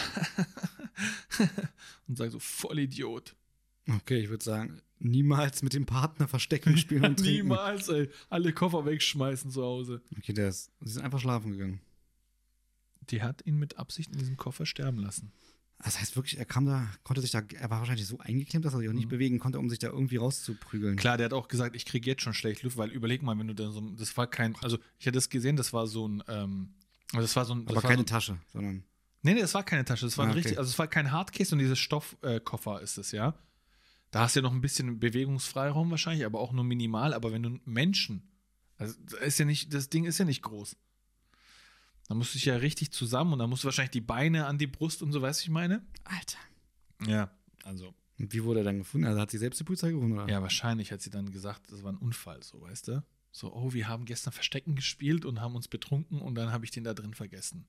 und sagt so, voll Idiot. Okay, ich würde sagen, niemals mit dem Partner Verstecken spielen und trinken. Niemals, ey. Alle Koffer wegschmeißen zu Hause. Okay, sie ist einfach schlafen gegangen. Die hat ihn mit Absicht in diesem Koffer sterben lassen. Das heißt wirklich, er war wahrscheinlich so eingeklemmt, dass er sich auch nicht bewegen konnte, um sich da irgendwie rauszuprügeln. Klar, der hat auch gesagt, ich kriege jetzt schon schlecht Luft, weil überleg mal, wenn du da so, das war kein, also ich hatte das gesehen, das war so ein, aber keine Tasche, sondern. Nee, das war keine Tasche, das war okay. richtig, also es war kein Hardcase und dieses Stoffkoffer ist es, ja. Da hast du ja noch ein bisschen Bewegungsfreiraum wahrscheinlich, aber auch nur minimal, aber wenn du Menschen, also das Ding ist ja nicht groß. Da musst du dich ja richtig zusammen und dann musst du wahrscheinlich die Beine an die Brust und so, weißt du, ich meine? Alter. Ja, also. Und wie wurde er dann gefunden? Also hat sie selbst die Polizei gerufen, oder? Ja, wahrscheinlich hat sie dann gesagt, das war ein Unfall, so, weißt du? So, oh, wir haben gestern Verstecken gespielt und haben uns betrunken und dann habe ich den da drin vergessen.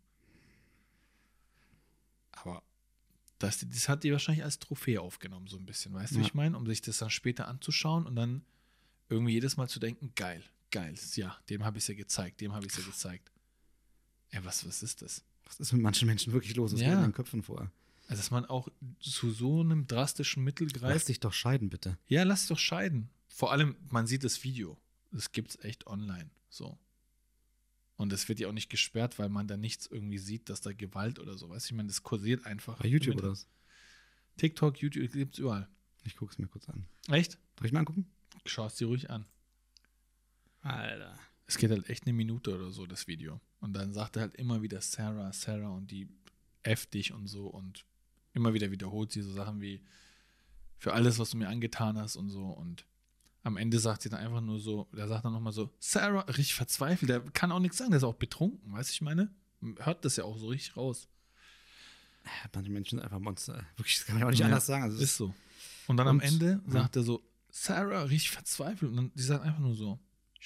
Aber das hat die wahrscheinlich als Trophäe aufgenommen, so ein bisschen, weißt du, wie ich meine? Um sich das dann später anzuschauen und dann irgendwie jedes Mal zu denken, geil, ja, dem habe ich es ja gezeigt. Ja, was ist das? Was ist mit manchen Menschen wirklich los? Was geht in den Köpfen vor? Also, dass man auch zu so einem drastischen Mittel greift. Lass dich doch scheiden, bitte. Ja, lass dich doch scheiden. Vor allem, man sieht das Video. Das gibt's echt online. So. Und es wird ja auch nicht gesperrt, weil man da nichts irgendwie sieht, dass da Gewalt oder so, weißt du? Ich meine, das kursiert einfach. Bei YouTube oder was? TikTok, YouTube, gibt's überall. Ich gucke es mir kurz an. Echt? Darf ich mal angucken? Schau es dir ruhig an. Alter. Es geht halt echt 1 Minute oder so, das Video. Und dann sagt er halt immer wieder Sarah und die F dich und so und immer wieder wiederholt sie so Sachen wie für alles, was du mir angetan hast und so. Und am Ende sagt sie dann einfach nur so, der sagt dann nochmal so, Sarah, richtig verzweifelt, der kann auch nichts sagen, der ist auch betrunken, weißt du, ich meine? Hört das ja auch so richtig raus. Manche Menschen sind einfach Monster. Wirklich, das kann man ja auch nicht anders sagen. Also ist so. Und dann am Ende sagt er so, Sarah, richtig verzweifelt. Und dann die sagt einfach nur so,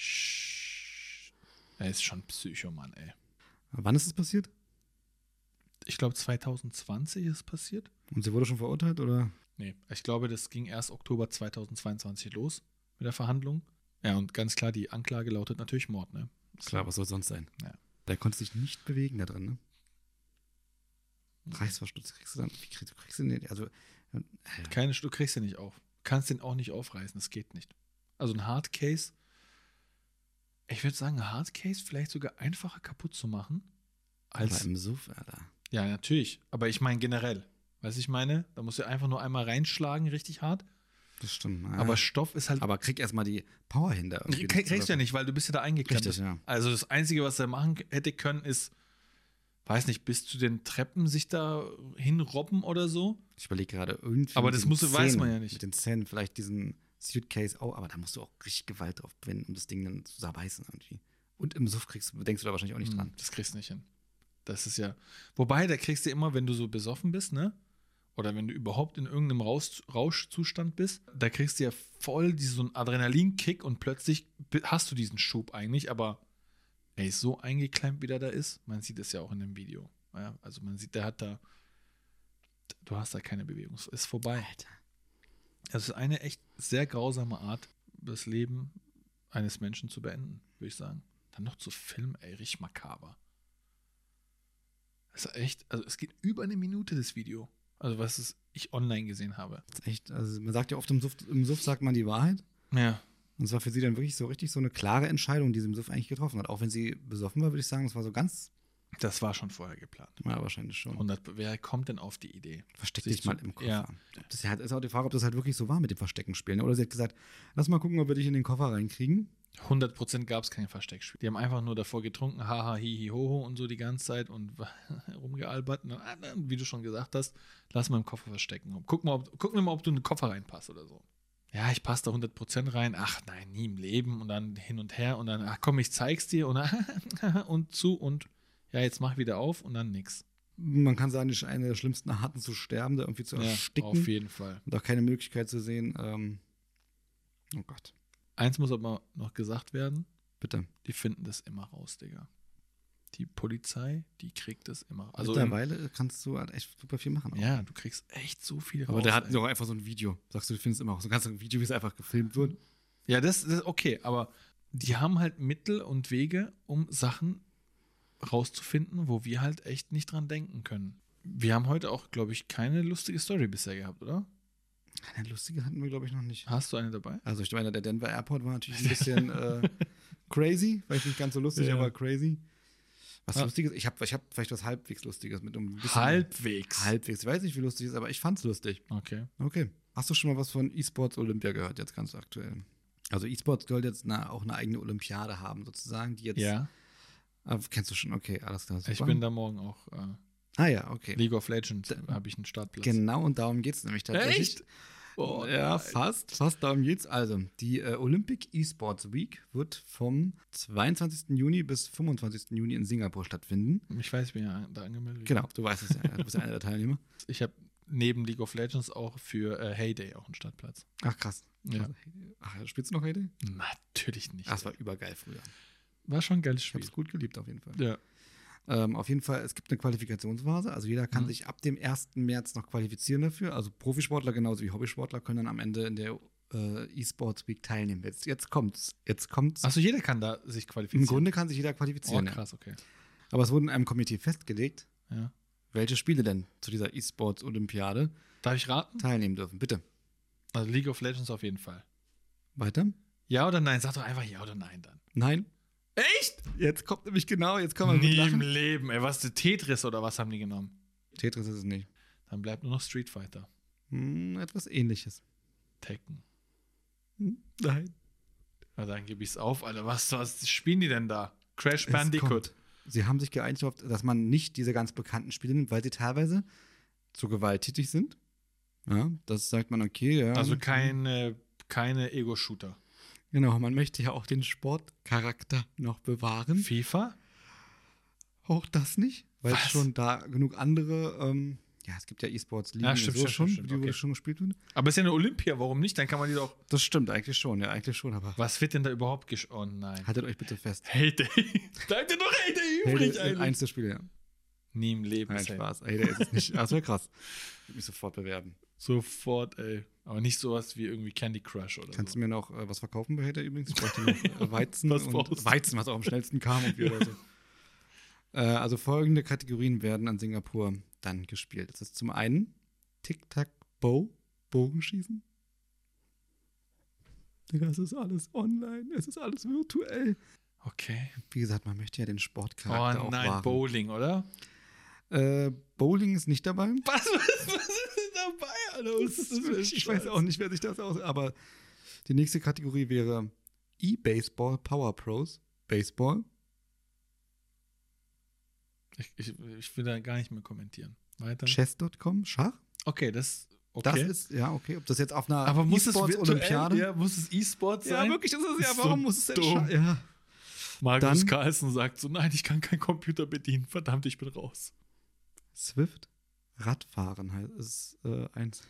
Shh. Er ist schon Psycho, Mann, ey. Wann ist es passiert? Ich glaube 2020 ist es passiert. Und sie wurde schon verurteilt, oder? Nee, ich glaube, das ging erst Oktober 2022 los mit der Verhandlung. Ja, und ganz klar, die Anklage lautet natürlich Mord, ne? Klar, was soll sonst sein? Ja. Der konnte sich nicht bewegen da drin, ne? Reißverschluss kriegst du dann, wie kriegst du den? Also, du kriegst den nicht auf. Kannst den auch nicht aufreißen, das geht nicht. Also ein Hardcase, ich würde sagen, ein Hardcase vielleicht sogar einfacher kaputt zu machen. Als aber im Suff, Alter. Ja, natürlich. Aber ich meine generell. Weißt du, ich meine, da musst du einfach nur einmal reinschlagen, richtig hart. Das stimmt. Ja. Aber Stoff ist halt. Aber krieg erstmal die Power hin da. Kriegst du ja nicht, weil du bist ja da eingeklemmt. Richtig, ja. Also das Einzige, was er machen hätte können, ist, weiß nicht, bis zu den Treppen sich da hinrobben oder so. Ich überlege gerade irgendwie. Aber das weiß man ja nicht. Mit den Zähnen vielleicht diesen Suitcase auch, aber da musst du auch richtig Gewalt drauf wenden, um das Ding dann zu zerbeißen irgendwie. Und im Suff denkst du da wahrscheinlich auch nicht dran. Das kriegst du nicht hin. Das ist ja. Wobei, da kriegst du immer, wenn du so besoffen bist, ne? Oder wenn du überhaupt in irgendeinem Rauschzustand bist, da kriegst du ja voll so einen Adrenalinkick und plötzlich hast du diesen Schub eigentlich, aber er ist so eingeklemmt, wie der da ist. Man sieht es ja auch in dem Video. Ja, also man sieht, der hat da, du hast da keine Bewegung. Es ist vorbei. Alter. Das ist eine echt sehr grausame Art, das Leben eines Menschen zu beenden, würde ich sagen. Dann noch zu filmen, ey, richtig makaber. Das ist echt, also es geht über eine Minute, das Video. Also was ich online gesehen habe. Das ist echt, also man sagt ja oft, im Suff sagt man die Wahrheit. Ja. Und es war für sie dann wirklich so richtig so eine klare Entscheidung, die sie im Suff eigentlich getroffen hat. Auch wenn sie besoffen war, würde ich sagen, das war so ganz. Das war schon vorher geplant. Ja, wahrscheinlich schon. 100, wer kommt denn auf die Idee? Versteck dich mal im Koffer. Ja. Das ist auch die Frage, ob das halt wirklich so war mit dem Verstecken spielen. Oder sie hat gesagt, lass mal gucken, ob wir dich in den Koffer reinkriegen. 100% gab es kein Versteckspiel. Die haben einfach nur davor getrunken, haha, hihi, hoho und so die ganze Zeit und rumgealbert. Und dann, wie du schon gesagt hast, lass mal im Koffer verstecken. Gucken wir mal, ob du in den Koffer reinpasst oder so. Ja, ich passe da 100% rein. Ach nein, nie im Leben. Und dann hin und her und dann, ach komm, ich zeig's dir. Und dann und zu und ja, jetzt mach wieder auf und dann nix. Man kann sagen, das ist eine der schlimmsten Arten zu sterben, da irgendwie zu ersticken. Auf jeden Fall. Und auch keine Möglichkeit zu sehen. Oh Gott. Eins muss aber noch gesagt werden. Bitte. Die finden das immer raus, Digga. Die Polizei, die kriegt das immer. Also mittlerweile kannst du halt echt super viel machen. Auch. Ja, du kriegst echt so viel raus. Aber der hat doch einfach so ein Video. Sagst du findest immer auch so ein ganzes Video, wie es einfach gefilmt wird. Ja, das ist okay. Aber die haben halt Mittel und Wege, um Sachen rauszufinden, wo wir halt echt nicht dran denken können. Wir haben heute auch, glaube ich, keine lustige Story bisher gehabt, oder? Eine lustige hatten wir, glaube ich, noch nicht. Hast du eine dabei? Also ich meine, der Denver Airport war natürlich ein bisschen crazy. Vielleicht nicht ganz so lustig, Ja. aber crazy. Was Lustiges? Ich hab vielleicht was halbwegs Lustiges mit ein bisschen. Halbwegs. Halbwegs. Ich weiß nicht, wie lustig es ist, aber ich fand's lustig. Okay. Okay. Hast du schon mal was von eSports Olympia gehört, jetzt ganz aktuell? Also eSports soll jetzt auch eine eigene Olympiade haben, sozusagen, die jetzt. Ja. Kennst du schon? Okay, alles klar. Super. Ich bin da morgen auch. Ja, okay. League of Legends habe ich einen Startplatz. Genau, und darum geht's nämlich tatsächlich. Echt? Oh, ja, fast darum geht's. Also, die Olympic eSports Week wird vom 22. Juni bis 25. Juni in Singapur stattfinden. Ich weiß, ich bin ja da angemeldet. Genau, du weißt es ja. Du bist ja einer der Teilnehmer. Ich habe neben League of Legends auch für Heyday auch einen Startplatz. Ach, krass. Ja. Ach, spielst du noch Heyday? Natürlich nicht. Ach, das war übergeil früher. War schon ein geiles Ich Spiel. habe es gut geliebt, auf jeden Fall. Ja. Auf jeden Fall, es gibt eine Qualifikationsphase. Also jeder kann sich ab dem 1. März noch qualifizieren dafür. Also Profisportler genauso wie Hobbysportler können dann am Ende in der eSports Week teilnehmen. Jetzt kommt's. Achso, jeder kann da sich qualifizieren. Im Grunde kann sich jeder Oh, qualifizieren. Ja. krass, okay. Aber es wurde in einem Komitee festgelegt, Ja. welche Spiele denn zu dieser eSports-Olympiade Darf ich raten? teilnehmen dürfen. Bitte. Also League of Legends auf jeden Fall. Weiter? Ja oder nein? Sag doch einfach ja oder nein dann. Nein? Echt? Jetzt kommt nämlich genau, jetzt kann man Nie gut im lachen. Leben. Ey, was, Tetris oder was haben die genommen? Tetris ist es nicht. Dann bleibt nur noch Street Fighter. Etwas Ähnliches. Tekken. Nein. Na, dann gebe ich es auf, Alter. Was spielen die denn da? Crash Es Bandicoot. kommt. Sie haben sich geeinigt darauf, dass man nicht diese ganz bekannten Spiele nimmt, weil sie teilweise zu gewalttätig sind. Ja, das sagt man, okay, ja. Also keine Ego-Shooter. Genau, man möchte ja auch den Sportcharakter noch bewahren. FIFA? Auch das nicht, weil es Was? schon da genug andere, ja, es gibt ja E-Sports-Ligen Ja, stimmt, so stimmt, schon, stimmt, die wo okay. das schon gespielt wird. Aber es ist ja eine Olympia, warum nicht? Dann kann man die doch. Das stimmt, eigentlich schon, aber Was wird denn da überhaupt Oh nein. haltet euch bitte fest. Heyday. Bleibt dir noch Heyday übrig, Hey, eigentlich. eins der Spiele, ja. Nie im Leben. Nein, Sam. Spaß. Hey, der ist es nicht. Das wäre krass. Ich würde mich sofort bewerben. Sofort, ey. Aber nicht sowas wie irgendwie Candy Crush oder Kannst so. du mir noch was verkaufen bei Hater übrigens? Ich bräuchte noch Weizen Was und brauchst du? Weizen, was auch am schnellsten kam und wie oder so. Also folgende Kategorien werden an Singapur dann gespielt. Das ist zum einen Tic-Tac-Bow, Bogenschießen. Digga, es ist alles online, es ist alles virtuell. Okay. Wie gesagt, man möchte ja den Sportcharakter Oh auch nein, wahren. Bowling, oder? Bowling ist nicht dabei. Was ist denn dabei, Alter? Was ist das für ein Ich weiß Scheiß? auch nicht, wer sich das aus. Aber die nächste Kategorie wäre E-Baseball Power Pros. Baseball. Ich will da gar nicht mehr kommentieren. Weiter. Chess.com. Schach. Okay, das. Okay. Das ist, ja, okay. Ob das jetzt auf einer aber muss es E-Sports-Olympiade. virtuell? Ja, muss es E-Sport sein? Ja, wirklich, das ist ja. Ist Warum so muss es denn dumm. Schach? Ja. Markus Dann- Carlsen sagt so: Nein, ich kann keinen Computer bedienen. Verdammt, ich bin raus. Swift. Radfahren heißt ist eins.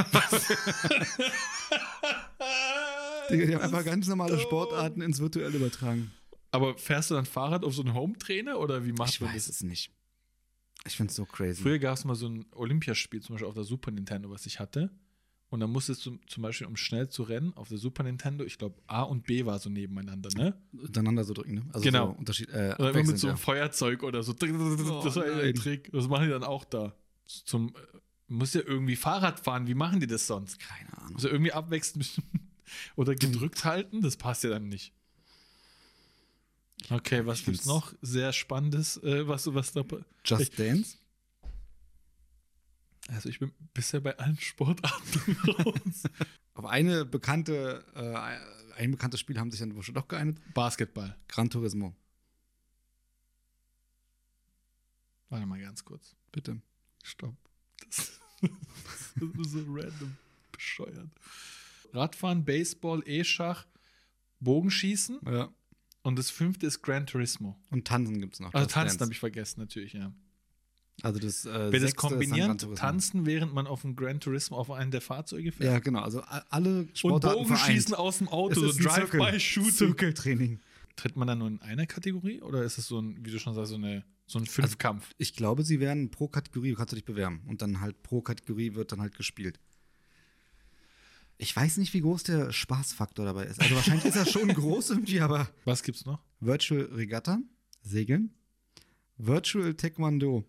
Digga, die haben einfach ganz normale Sportarten ins Virtuelle übertragen. Aber fährst du dann Fahrrad auf so einen Home-Trainer oder wie macht Ich man weiß das? es nicht. Ich finde es so crazy. Früher gab es mal so ein Olympiaspiel, zum Beispiel auf der Super Nintendo, was ich hatte. Und dann musstest du zum Beispiel, um schnell zu rennen, auf der Super Nintendo, ich glaube, A und B war so nebeneinander, ne? Untereinander so drücken, ne? Also Genau. so Unterschied. Oder immer mit abwechselnd, so einem ja. Feuerzeug oder so. Das Oh, war ja nein. ein Trick. Das machen die dann auch da. Muss ja irgendwie Fahrrad fahren. Wie machen die das sonst? Keine Ahnung. Also irgendwie abwechselnd oder gedrückt halten, das passt ja dann nicht. Okay, was Ich gibt's find's- noch? Sehr Spannendes, was da. Just Dance. Also ich bin bisher bei allen Sportarten raus. Auf ein bekanntes Spiel haben sich dann bestimmt doch geeinigt. Basketball. Gran Turismo. Warte mal ganz kurz. Bitte. Stopp. Das ist so random bescheuert. Radfahren, Baseball, E-Schach, Bogenschießen Ja. und das 5. ist Gran Turismo. Und Tanzen gibt es noch. Also Just Tanzen Dance. habe ich vergessen, natürlich, ja. Also das Wer das 6. ist dann Gran kombiniert, Turismo. tanzen, während man auf dem Gran Turismo auf einem der Fahrzeuge fährt. Ja, genau. Also alle Und Sportarten Bogenschießen vereint. aus dem Es Auto, so ist ein Drive-by-Shooting. Zirkeltraining. Tritt man dann nur in einer Kategorie oder ist es so ein, wie du schon sagst, so ein Fünfkampf? Ich glaube, sie werden pro Kategorie, du kannst dich bewerben. Und dann halt pro Kategorie wird dann halt gespielt. Ich weiß nicht, wie groß der Spaßfaktor dabei ist. Also wahrscheinlich ist er schon groß irgendwie, aber Was gibt's noch? Virtual Regatta, Segeln, Virtual Taekwondo,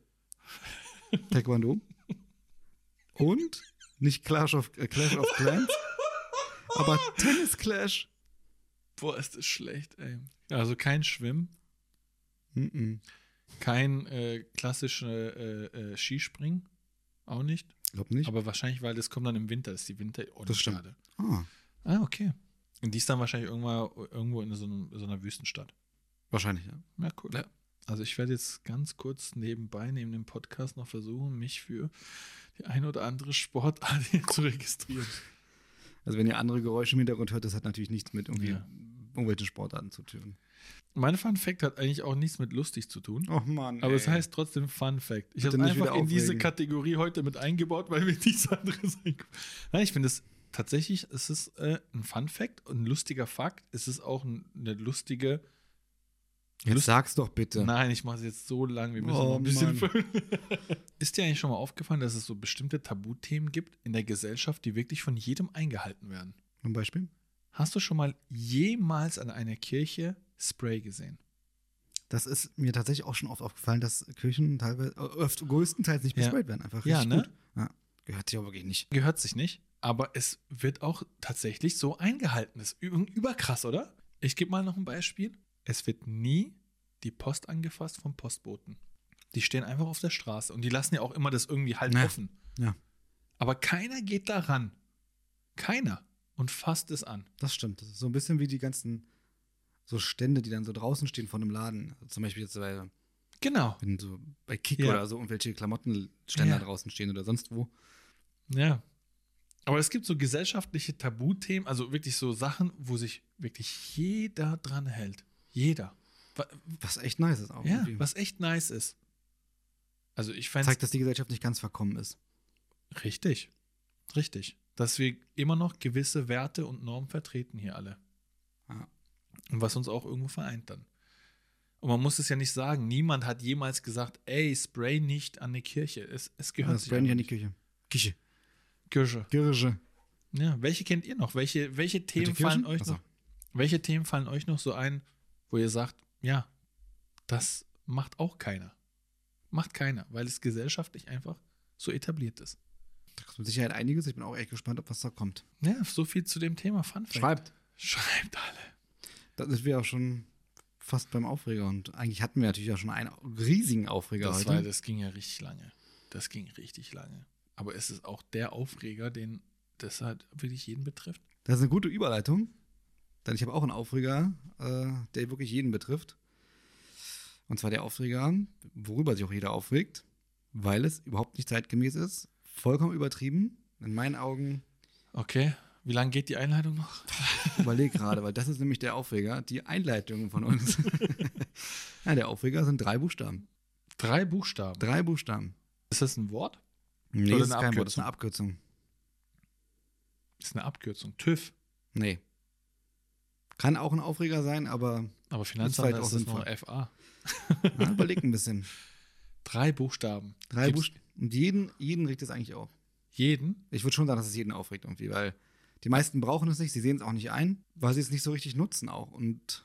und nicht Clash of Clans, aber Tennis Clash. Boah, ist das schlecht, ey. Also kein Schwimmen, Mhm. kein klassische Skispringen, auch nicht. Glaub nicht. Aber wahrscheinlich, weil das kommt dann im Winter, das ist die Das stimmt. Winterolympiade. Ah, Ah, okay. Und die ist dann wahrscheinlich irgendwo in so einer Wüstenstadt. wahrscheinlich, ja. Ja, cool. Ja. Also ich werde jetzt ganz kurz nebenbei, neben dem Podcast, noch versuchen, mich für die ein oder andere Sportart hier zu registrieren. Also wenn ihr andere Geräusche im Hintergrund hört, das hat natürlich nichts mit irgendwie Ja. irgendwelchen Sportarten zu tun. Mein Fun Fact hat eigentlich auch nichts mit lustig zu tun. Oh Mann. Aber es heißt trotzdem Fun Fact. Ich Bitte habe nicht einfach wieder in diese aufregen. Kategorie heute mit eingebaut, weil mir nichts anderes eingebaut. Nein, ich finde es tatsächlich, es ist ein Fun Fact und ein lustiger Fakt. Es ist auch eine lustige. Jetzt sag's doch bitte. Nein, ich mache es jetzt so lang, wir müssen Oh, noch ein bisschen Mann. füllen. Ist dir eigentlich schon mal aufgefallen, dass es so bestimmte Tabuthemen gibt in der Gesellschaft, die wirklich von jedem eingehalten werden? Zum Beispiel? Hast du schon mal jemals an einer Kirche Spray gesehen? Das ist mir tatsächlich auch schon oft aufgefallen, dass Kirchen teilweise, größtenteils nicht Ja. besprayt werden. Einfach Ja, richtig ne? gut. Ja. Gehört sich auch wirklich nicht. Gehört sich nicht, aber es wird auch tatsächlich so eingehalten. Das ist überkrass, oder? Ich gebe mal noch ein Beispiel. Es wird nie die Post angefasst vom Postboten. Die stehen einfach auf der Straße und die lassen ja auch immer das irgendwie halt Ja. offen. Ja. Aber keiner geht da ran. Keiner. Und fasst es an. Das stimmt. Das ist so ein bisschen wie die ganzen so Stände, die dann so draußen stehen von einem Laden. Zum Beispiel jetzt bei Genau. Wenn so bei Kick Ja. oder so irgendwelche Klamottenständer Ja. draußen stehen oder sonst wo. Ja. Aber es gibt so gesellschaftliche Tabuthemen, also wirklich so Sachen, wo sich wirklich jeder dran hält. Jeder. Was echt nice ist auch. Ja, irgendwie. was echt nice ist. Also ich fände Zeigt, dass die Gesellschaft nicht ganz verkommen ist. richtig. Richtig. Dass wir immer noch gewisse Werte und Normen vertreten hier alle. Ja. Und was uns auch irgendwo vereint dann. Und man muss es ja nicht sagen. Niemand hat jemals gesagt, ey, spray nicht an die Kirche. Es gehört Das sich brennt nicht an einfach die nicht. Küche. Kirche. Kirche. Ja, welche kennt ihr noch? Welche Themen Kirchen? fallen euch Achso. noch? Welche Themen fallen euch noch so ein, wo ihr sagt, ja, das macht auch keiner. Macht keiner, weil es gesellschaftlich einfach so etabliert ist. Da kommt mit Sicherheit einiges. Ich bin auch echt gespannt, ob was da kommt. Ja, so viel zu dem Thema Fun Fact. Schreibt alle. Da sind wir auch schon fast beim Aufreger. Und eigentlich hatten wir natürlich auch schon einen riesigen Aufreger heute. Das ging ja richtig lange. Das ging richtig lange. Aber es ist auch der Aufreger, den das halt wirklich jeden betrifft. Das ist eine gute Überleitung. Denn ich habe auch einen Aufreger, der wirklich jeden betrifft. Und zwar der Aufreger, worüber sich auch jeder aufregt, weil es überhaupt nicht zeitgemäß ist. Vollkommen übertrieben. In meinen Augen, Okay, wie lange geht die Einleitung noch? überleg gerade, weil das ist nämlich der Aufreger, die Einleitung von uns. Ja, der Aufreger sind 3 Buchstaben. 3 Buchstaben. 3 Buchstaben. Ist das ein Wort? Nee, Oder das ist eine kein Wort, das ist eine Abkürzung. Ist eine Abkürzung. TÜV. Nee. Kann auch ein Aufreger sein, aber Aber Ist Finanzamt vielleicht auch ist das sinnvoll. nur FA. ja, überleg ein bisschen. 3 Buchstaben. 3 Gibt's Buchstaben. Und jeden regt es eigentlich auf. jeden? Ich würde schon sagen, dass es jeden aufregt irgendwie, weil die meisten brauchen es nicht, sie sehen es auch nicht ein, weil sie es nicht so richtig nutzen auch. Und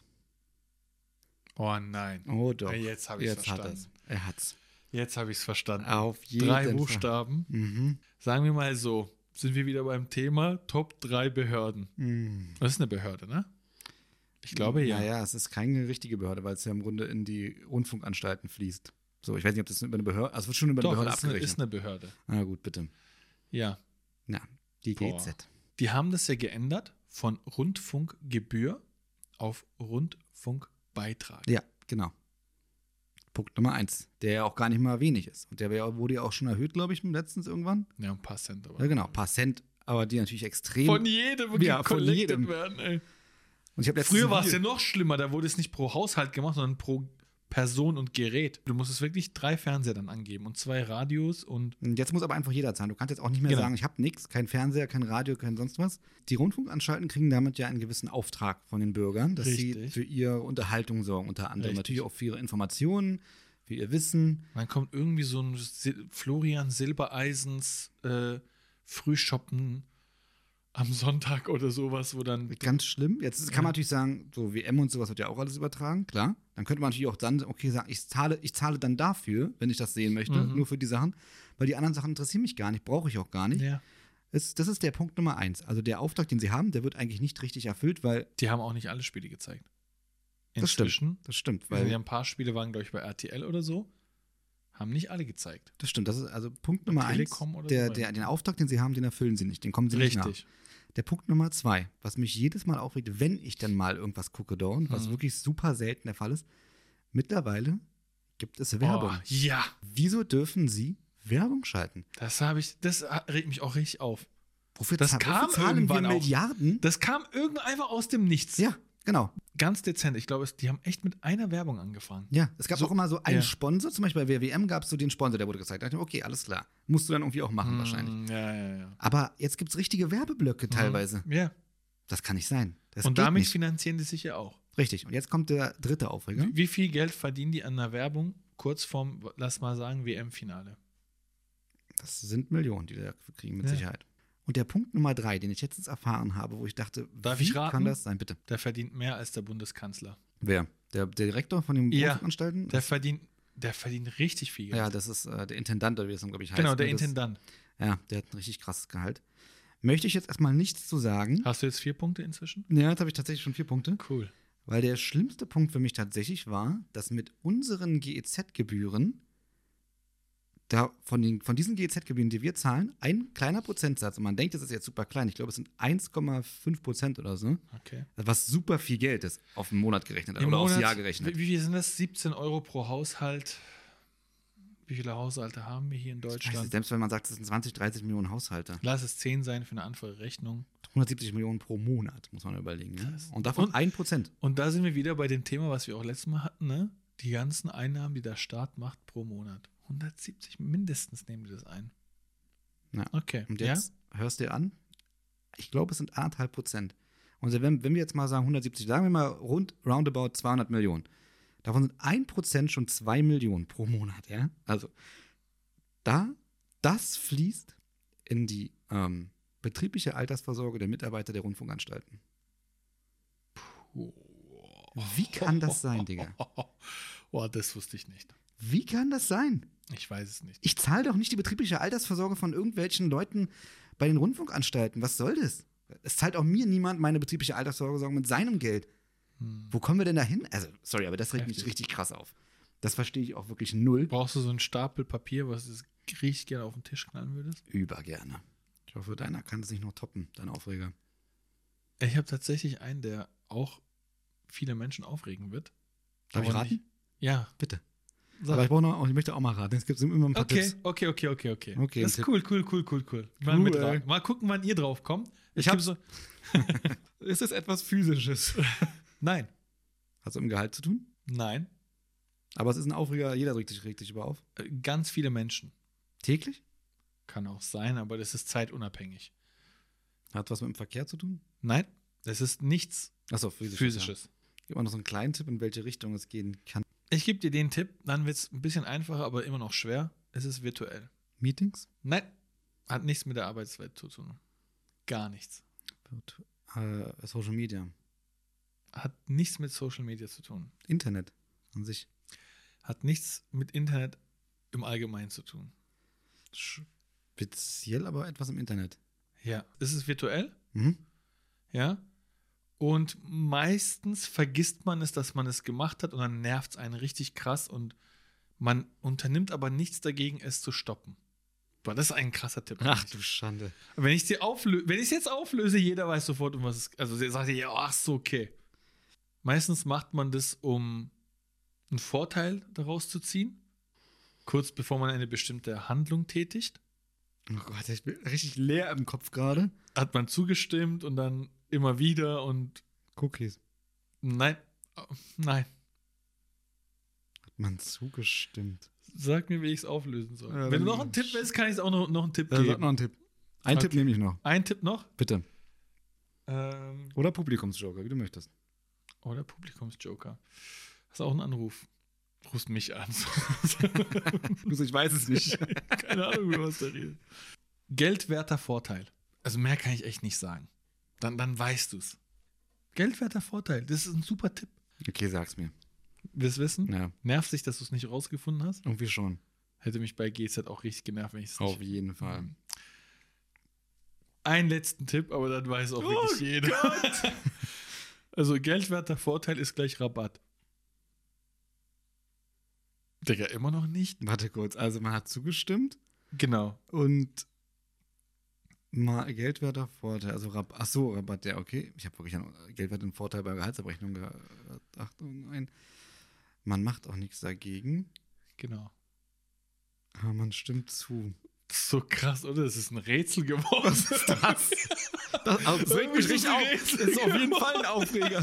Oh nein. oh doch. Jetzt habe ich es hat verstanden. er hat's. Jetzt habe ich es verstanden. Auf jeden 3 Fall. Buchstaben. Mhm. Sagen wir mal so, sind wir wieder beim Thema Top 3 Behörden. Mhm. Das ist eine Behörde, ne? Ich glaube ja. Naja, es ist keine richtige Behörde, weil es ja im Grunde in die Rundfunkanstalten fließt. So, ich weiß nicht, ob das über eine Behörde, also es wird schon über eine Doch, Behörde es ist eine, abgerechnet. ist eine Behörde. Na gut, bitte. Ja. Ja, die Boah. GZ. Die haben das ja geändert von Rundfunkgebühr auf Rundfunkbeitrag. Ja, genau. Punkt Nummer 1, der ja auch gar nicht mal wenig ist. Und wurde ja auch schon erhöht, glaube ich, letztens irgendwann. Ja, ein paar Cent. Aber Ja, genau, ein paar Cent, aber die natürlich extrem. von jedem wirklich Ja, von collected jedem. werden, ey. Und ich habe letztens Früher ein war es Video- ja noch schlimmer, da wurde es nicht pro Haushalt gemacht, sondern pro Person und Gerät. Du musstest wirklich 3 Fernseher dann angeben und 2 Radios und Jetzt muss aber einfach jeder zahlen. Du kannst jetzt auch nicht mehr Genau. sagen, ich habe nichts, kein Fernseher, kein Radio, kein sonst was. Die Rundfunkanstalten kriegen damit ja einen gewissen Auftrag von den Bürgern, dass sie Richtig. für ihre Unterhaltung sorgen, unter anderem. Richtig. Natürlich auch für ihre Informationen, für ihr Wissen. dann kommt irgendwie so ein Florian Silbereisens Frühshoppen am Sonntag oder sowas, wo dann Ganz schlimm. Jetzt kann man natürlich sagen, so WM und sowas wird ja auch alles übertragen, klar. Dann könnte man natürlich auch dann, okay, sagen, ich zahle dann dafür, wenn ich das sehen möchte, Mhm. nur für die Sachen, weil die anderen Sachen interessieren mich gar nicht, brauche ich auch gar nicht. ja, Das ist der Punkt Nummer 1. Also der Auftrag, den sie haben, der wird eigentlich nicht richtig erfüllt, weil die haben auch nicht alle Spiele gezeigt. das stimmt. Inzwischen, Das stimmt, weil weil ein paar Spiele waren, glaube ich, bei RTL oder so, haben nicht alle gezeigt. das stimmt. Das ist also Punkt Nummer 1. Telekom oder so, Den Auftrag, den sie haben, den erfüllen sie nicht. Den kommen sie nicht nach. Richtig. Der Punkt Nummer 2, was mich jedes Mal aufregt, wenn ich dann mal irgendwas gucke dort, was Mhm. wirklich super selten der Fall ist, mittlerweile gibt es Werbung. Oh, ja, Wieso dürfen sie Werbung schalten? das regt mich auch richtig auf. Wofür, Das wofür kam zahlen wir irgendwann auch. Milliarden? Das kam irgendwann einfach aus dem Nichts. Ja, genau. Ganz dezent. Ich glaube, die haben echt mit einer Werbung angefangen. Ja, es gab So, auch immer so einen ja. Sponsor, zum Beispiel bei der WM gab es so den Sponsor, der wurde gezeigt. Da dachte ich, okay, alles klar. Musst du dann irgendwie auch machen wahrscheinlich. Mm, ja. Aber jetzt gibt es richtige Werbeblöcke teilweise. Ja. Das kann nicht sein. Das Und geht damit nicht. finanzieren die sich ja auch. Richtig. Und jetzt kommt der dritte Aufreger. Wie viel Geld verdienen die an einer Werbung kurz vorm, lass mal sagen, WM-Finale? Das sind Millionen, die wir dafür kriegen, mit Ja. Sicherheit. Und der Punkt Nummer 3, den ich jetzt erfahren habe, wo ich dachte, Darf wie ich raten? kann das sein? Bitte. Der verdient mehr als der Bundeskanzler. Wer? Der Direktor von den Ja. Rundfunkanstalten? Der verdient richtig viel Geld. Ja, das ist der Intendant, oder wie das dann, glaube ich, heißt. genau, der ne? Das- Intendant. Ja, der hat ein richtig krasses Gehalt. Möchte ich jetzt erstmal nichts zu sagen. Hast du jetzt 4 Punkte inzwischen? Ja, jetzt habe ich tatsächlich schon 4 Punkte. Cool. Weil der schlimmste Punkt für mich tatsächlich war, dass mit unseren GEZ-Gebühren von diesen GEZ-Gebühren, die wir zahlen, ein kleiner Prozentsatz, und man denkt, das ist jetzt super klein, ich glaube, es sind 1,5% oder so, Okay. was super viel Geld ist, auf den Monat gerechnet Im oder aufs Monat, Jahr gerechnet. Wie viel sind das? 17 Euro pro Haushalt. Wie viele Haushalte haben wir hier in Deutschland? Selbst wenn man sagt, es sind 20, 30 Millionen Haushalte. Lass es 10 sein für eine einfache Rechnung. 170 Millionen pro Monat, muss man überlegen. Ne? Krass. Und davon 1%. Und da sind wir wieder bei dem Thema, was wir auch letztes Mal hatten, ne? Die ganzen Einnahmen, die der Staat macht pro Monat. 170 mindestens nehmen die das ein. Ja. Okay. Und jetzt hörst du dir an, ich glaube, es sind 1,5%. Und wenn wir jetzt mal sagen 170, sagen wir mal roundabout 200 Millionen. Davon sind 1% schon 2 Millionen pro Monat, ja? Also, das fließt in die betriebliche Altersvorsorge der Mitarbeiter der Rundfunkanstalten. Wie kann das sein, Digga? Boah, das wusste ich nicht. Wie kann das sein? Ich weiß es nicht. Ich zahle doch nicht die betriebliche Altersvorsorge von irgendwelchen Leuten bei den Rundfunkanstalten. Was soll das? Es zahlt auch mir niemand meine betriebliche Altersvorsorge mit seinem Geld. Wo kommen wir denn da hin? Also, sorry, aber das regt mich richtig krass auf. Das verstehe ich auch wirklich null. Brauchst du so einen Stapel Papier, was du richtig gerne auf den Tisch knallen würdest? Übergerne. Ich hoffe, deiner kann es nicht noch toppen, dein Aufreger. Ich habe tatsächlich einen, der auch viele Menschen aufregen wird. Darf ich Aber raten? nicht- Ja. Bitte. Sag. Aber ich möchte auch mal raten. Es gibt immer ein paar Okay, Tipps. okay. Okay, Das ein ist Tipp. cool. Mal, Cool. mal gucken, wann ihr drauf kommt. Ich hab's. so. Ist es etwas Physisches? Nein. Hat es mit dem Gehalt zu tun? Nein. Aber es ist ein Aufreger, jeder regt sich über auf. Ganz viele Menschen. Täglich? Kann auch sein, aber das ist zeitunabhängig. Hat was mit dem Verkehr zu tun? Nein, das ist nichts Achso, physisches. Physisches. Ja. Gib mal noch so einen kleinen Tipp, in welche Richtung es gehen kann. Ich gebe dir den Tipp, dann wird es ein bisschen einfacher, aber immer noch schwer. Es ist virtuell. Meetings? Nein, hat nichts mit der Arbeitswelt zu tun. Gar nichts. Social Media. Hat nichts mit Social Media zu tun. Internet an sich. Hat nichts mit Internet im Allgemeinen zu tun. Speziell aber etwas im Internet. Ja. Es ist virtuell, Mhm. ja. Und meistens vergisst man es, dass man es gemacht hat und dann nervt es einen richtig krass und man unternimmt aber nichts dagegen, es zu stoppen. Boah, das ist ein krasser Tipp. Ach du Schande. Wenn ich es jetzt auflöse, jeder weiß sofort, um was es geht. Also sagt ihr, ja, ach so, okay. Meistens macht man das, um einen Vorteil daraus zu ziehen, kurz bevor man eine bestimmte Handlung tätigt. Oh Gott, ich bin richtig leer im Kopf gerade. Hat man zugestimmt und dann immer wieder und Cookies. nein. Hat man zugestimmt. Sag mir, wie ich es auflösen soll. Ja, Wenn du dann- noch einen Tipp willst, kann ich es auch noch einen Tipp Sag geben. noch einen Tipp. Einen Okay. Tipp nehme ich noch. Ein Tipp noch? Bitte. Ähm, Oder Publikumsjoker, wie du möchtest. Oder Publikumsjoker. Hast auch einen Anruf. Rufst mich an. Ich weiß es nicht. Keine Ahnung, über was da redet. Geldwerter Vorteil. Also mehr kann ich echt nicht sagen. Dann weißt du es. Geldwerter Vorteil. Das ist ein super Tipp. Okay, sag's mir. Willst du wissen? Ja, Nervt sich, dass du es nicht rausgefunden hast? irgendwie schon. Hätte mich bei GZ auch richtig genervt, wenn ich es Auf nicht. jeden Fall. Einen letzten Tipp, aber dann weiß auch wirklich jeder. Also geldwerter Vorteil ist gleich Rabatt. Digga, immer noch nicht? Warte kurz, also man hat zugestimmt Genau. und mal geldwerter Vorteil, also Rabatt, ja, okay. Ich habe wirklich an geldwerten Vorteil bei Gehaltsabrechnung gedacht. Oh nein. Man macht auch nichts dagegen, Genau. aber man stimmt zu. Das ist so krass, oder? Das ist ein Rätsel geworden. Was ist das? Das regt mich Irgendwie richtig so ein auf. Das Rätsel ist auf jeden Fall ein Aufreger.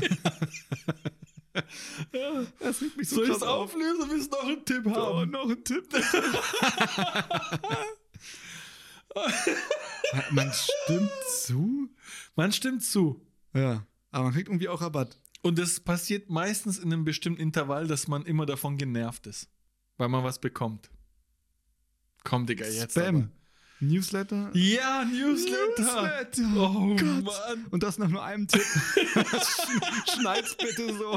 Das regt mich so Soll ich krass es auf. auflösen? Willst du noch einen Tipp haben? Oh, noch ein Tipp. Man stimmt zu? Man stimmt zu. Ja, aber man kriegt irgendwie auch Rabatt. Und das passiert meistens in einem bestimmten Intervall, dass man immer davon genervt ist. Weil man was bekommt. Komm, Digga, jetzt Spam. aber. Newsletter? Ja, Newsletter. Oh, Gott. Mann. Und das nach nur einem Tipp. Schneid's bitte so.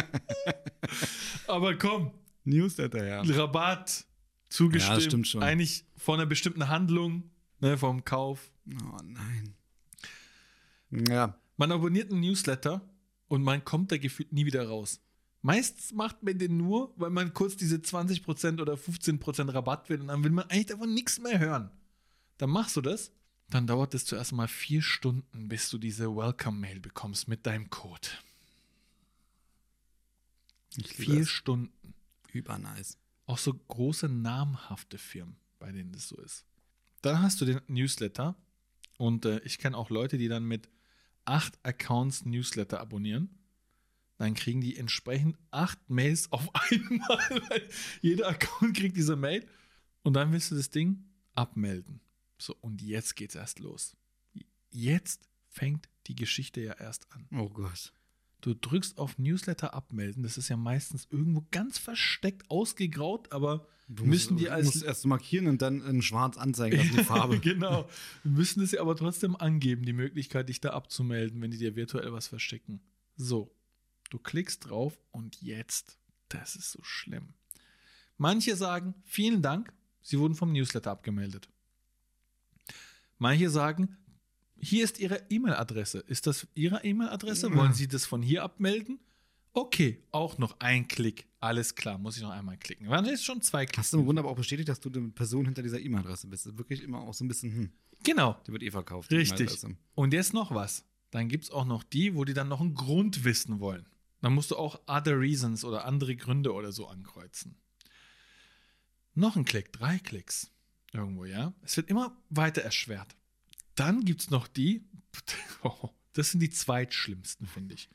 Aber komm, Newsletter, ja. Rabatt, zugestimmt. Ja, das stimmt schon. Eigentlich von einer bestimmten Handlung, ne, vom Kauf. Oh nein. Ja, Man abonniert einen Newsletter und man kommt da gefühlt nie wieder raus. Meistens macht man den nur, weil man kurz diese 20% oder 15% Rabatt will und dann will man eigentlich davon nichts mehr hören. Dann machst du das, dann dauert es zuerst mal 4 Stunden, bis du diese Welcome-Mail bekommst mit deinem Code. 4 Stunden. Übernice. Auch so große, namhafte Firmen, bei denen das so ist. Dann hast du den Newsletter und ich kenne auch Leute, die dann mit 8 Accounts Newsletter abonnieren. Dann kriegen die entsprechend 8 Mails auf einmal, weil jeder Account kriegt diese Mail und dann willst du das Ding abmelden. So, und jetzt geht's erst los. Jetzt fängt die Geschichte ja erst an. Oh Gott. Du drückst auf Newsletter abmelden, das ist ja meistens irgendwo ganz versteckt ausgegraut, aber Du müssen die musst erst markieren und dann in schwarz anzeigen lassen, die Farbe. Genau. Wir müssen es ja aber trotzdem angeben, die Möglichkeit, dich da abzumelden, wenn die dir virtuell was verstecken. So, du klickst drauf und jetzt, das ist so schlimm. Manche sagen, vielen Dank, sie wurden vom Newsletter abgemeldet. Manche sagen, hier ist Ihre E-Mail-Adresse. Ist das Ihre E-Mail-Adresse? Wollen Sie das von hier abmelden? Okay, auch noch ein Klick. Alles klar, muss ich noch einmal klicken. Waren jetzt schon 2 Klicks. Hast du im Grunde aber auch bestätigt, dass du die Person hinter dieser E-Mail-Adresse bist? Das ist wirklich immer auch so ein bisschen, Genau. die wird verkauft. Die Richtig. E-Mail-Adresse. Und jetzt noch was. Dann gibt es auch noch die, wo die dann noch einen Grund wissen wollen. Dann musst du auch Other Reasons oder andere Gründe oder so ankreuzen. Noch ein Klick, 3 Klicks. Irgendwo, ja. Es wird immer weiter erschwert. Dann gibt es noch die, das sind die zweitschlimmsten, finde ich,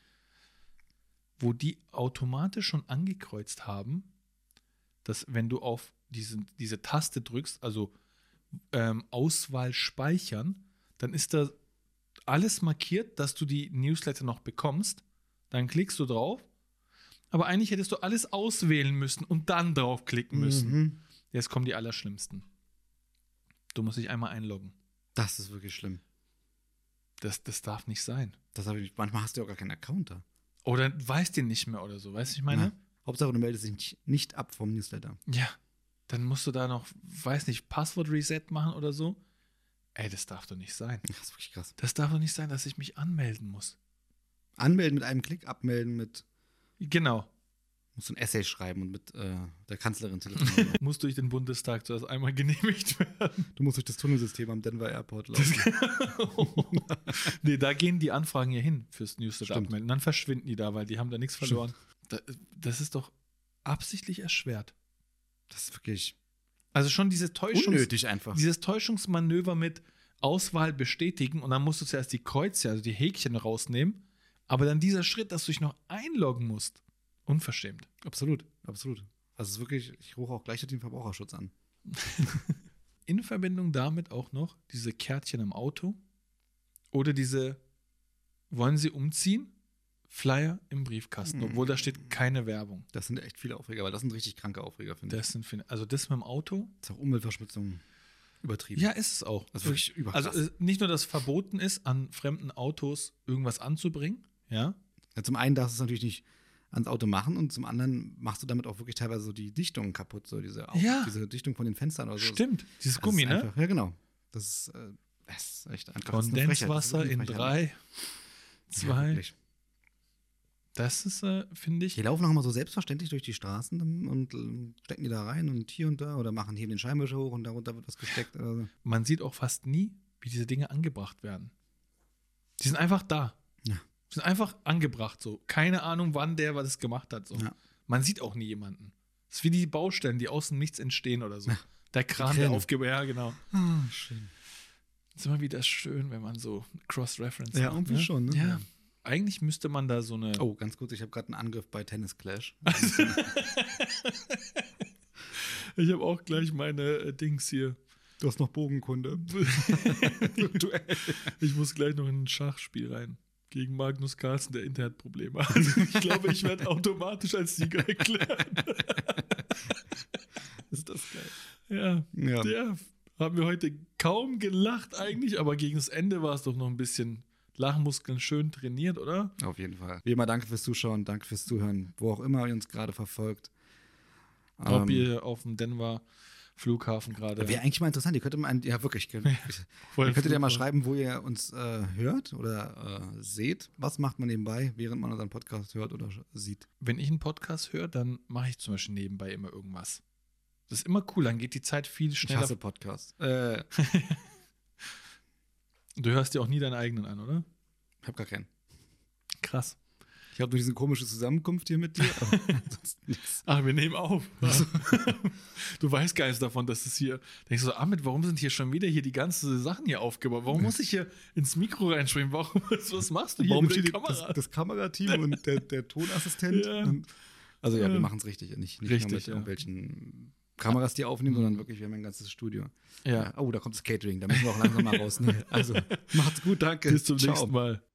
wo die automatisch schon angekreuzt haben, dass wenn du auf diese Taste drückst, also Auswahl speichern, dann ist da alles markiert, dass du die Newsletter noch bekommst. Dann klickst du drauf, aber eigentlich hättest du alles auswählen müssen und dann draufklicken müssen. Mhm. Jetzt kommen die Allerschlimmsten. Du musst dich einmal einloggen. Das ist wirklich schlimm. Das darf nicht sein. Das habe ich, manchmal hast du ja auch gar keinen Account da. Oder weißt den nicht mehr oder so, weißt du, ich meine? Na, Hauptsache, du meldest dich nicht ab vom Newsletter. Ja. Dann musst du da noch, weiß nicht, Passwort-Reset machen oder so. Ey, das darf doch nicht sein. Das ist wirklich krass. Das darf doch nicht sein, dass ich mich anmelden muss. Anmelden mit einem Klick, abmelden mit, Genau. musst du ein Essay schreiben und mit der Kanzlerin telefonieren. Muss durch den Bundestag zuerst einmal genehmigt werden. Du musst durch das Tunnelsystem am Denver Airport laufen. Nee, da gehen die Anfragen ja hin fürs Newsletter Stimmt. abmelden. Dann verschwinden die da, weil die haben da nichts verloren. Das ist doch absichtlich erschwert. Das ist wirklich Also schon diese unnötig einfach. dieses Täuschungsmanöver mit Auswahl bestätigen und dann musst du zuerst die Kreuze, also die Häkchen rausnehmen, aber dann dieser Schritt, dass du dich noch einloggen musst. Unverschämt. Absolut, absolut. Also es ist wirklich, ich rufe auch gleich den Verbraucherschutz an. In Verbindung damit auch noch diese Kärtchen im Auto oder diese, wollen Sie umziehen? Flyer im Briefkasten, obwohl da steht keine Werbung. Das sind echt viele Aufreger, weil das sind richtig kranke Aufreger, finde ich. Also das mit dem Auto. Das ist auch Umweltverschmutzung übertrieben. Ja, ist es auch. Das ist wirklich überkrass. Also nicht nur, dass verboten ist, an fremden Autos irgendwas anzubringen, ja. Ja, zum einen darfst du es natürlich nicht ans Auto machen und zum anderen machst du damit auch wirklich teilweise so die Dichtung kaputt, so diese Dichtung von den Fenstern oder so. Stimmt, dieses Das Gummi, ist ne? einfach, ja, genau. Das ist echt einfach. Das ist eine Frechheit. Das ist Kondenswasser wirklich in eine Frechheit. 3, Ja, 2. wirklich. Das ist, finde ich. Die laufen auch immer so selbstverständlich durch die Straßen und stecken die da rein und hier und da oder heben den Scheinwischer hoch und darunter wird was gesteckt. Oder so. Man sieht auch fast nie, wie diese Dinge angebracht werden. Die sind einfach da. Ja. Sind einfach angebracht so. Keine Ahnung, wann der was das gemacht hat. So. Ja. Man sieht auch nie jemanden. Das ist wie die Baustellen, die außen nichts entstehen oder so. Ja. Der Kran, Kräne. der aufgebaut. Ja, genau. Ah, schön. Das ist immer wieder schön, wenn man so Cross-Reference Ja, macht, irgendwie ne? schon, ne? Ja. Eigentlich müsste man da so eine. Oh, ganz kurz, ich habe gerade einen Angriff bei Tennis Clash. Ich habe auch gleich meine Dings hier. Du hast noch Bogenkunde. Ich muss gleich noch in ein Schachspiel rein. Gegen Magnus Carlsen, der Internetprobleme hat. Also ich glaube, ich werde automatisch als Sieger erklärt. Ist das geil. Ja, haben wir heute kaum gelacht eigentlich, aber gegen das Ende war es doch noch ein bisschen Lachmuskeln schön trainiert, oder? Auf jeden Fall. Wie immer, danke fürs Zuschauen, danke fürs Zuhören, wo auch immer ihr uns gerade verfolgt. Ob ihr auf dem Denver Flughafen gerade. Wäre eigentlich mal interessant, ihr könntet mal, ja wirklich, ihr könntet ja mal schreiben, wo ihr uns hört oder seht. Was macht man nebenbei, während man unseren Podcast hört oder sieht? Wenn ich einen Podcast höre, dann mache ich zum Beispiel nebenbei immer irgendwas. Das ist immer cool, dann geht die Zeit viel schneller. Ich hasse Podcasts. Du hörst dir auch nie deinen eigenen an, oder? Ich habe gar keinen. Krass. Ich habe nur diese komische Zusammenkunft hier mit dir, aber ansonsten nichts. Ach, wir nehmen auf. Du weißt gar nichts davon, dass es hier. Denkst du so, Ahmed, warum sind hier schon wieder die ganzen Sachen hier aufgebaut? Warum muss ich hier ins Mikro reinspringen? Was machst du hier? Warum mit der steht Kamera? das Kamerateam und der Tonassistent? Ja. Also ja, wir machen es richtig. Nicht Richtig, nur mit ja. irgendwelchen Kameras, die aufnehmen, sondern wirklich, wir haben ein ganzes Studio. Ja. Oh, da kommt das Catering, da müssen wir auch langsam mal raus. Ne? Also, macht's gut, danke. Bis zum nächsten Mal.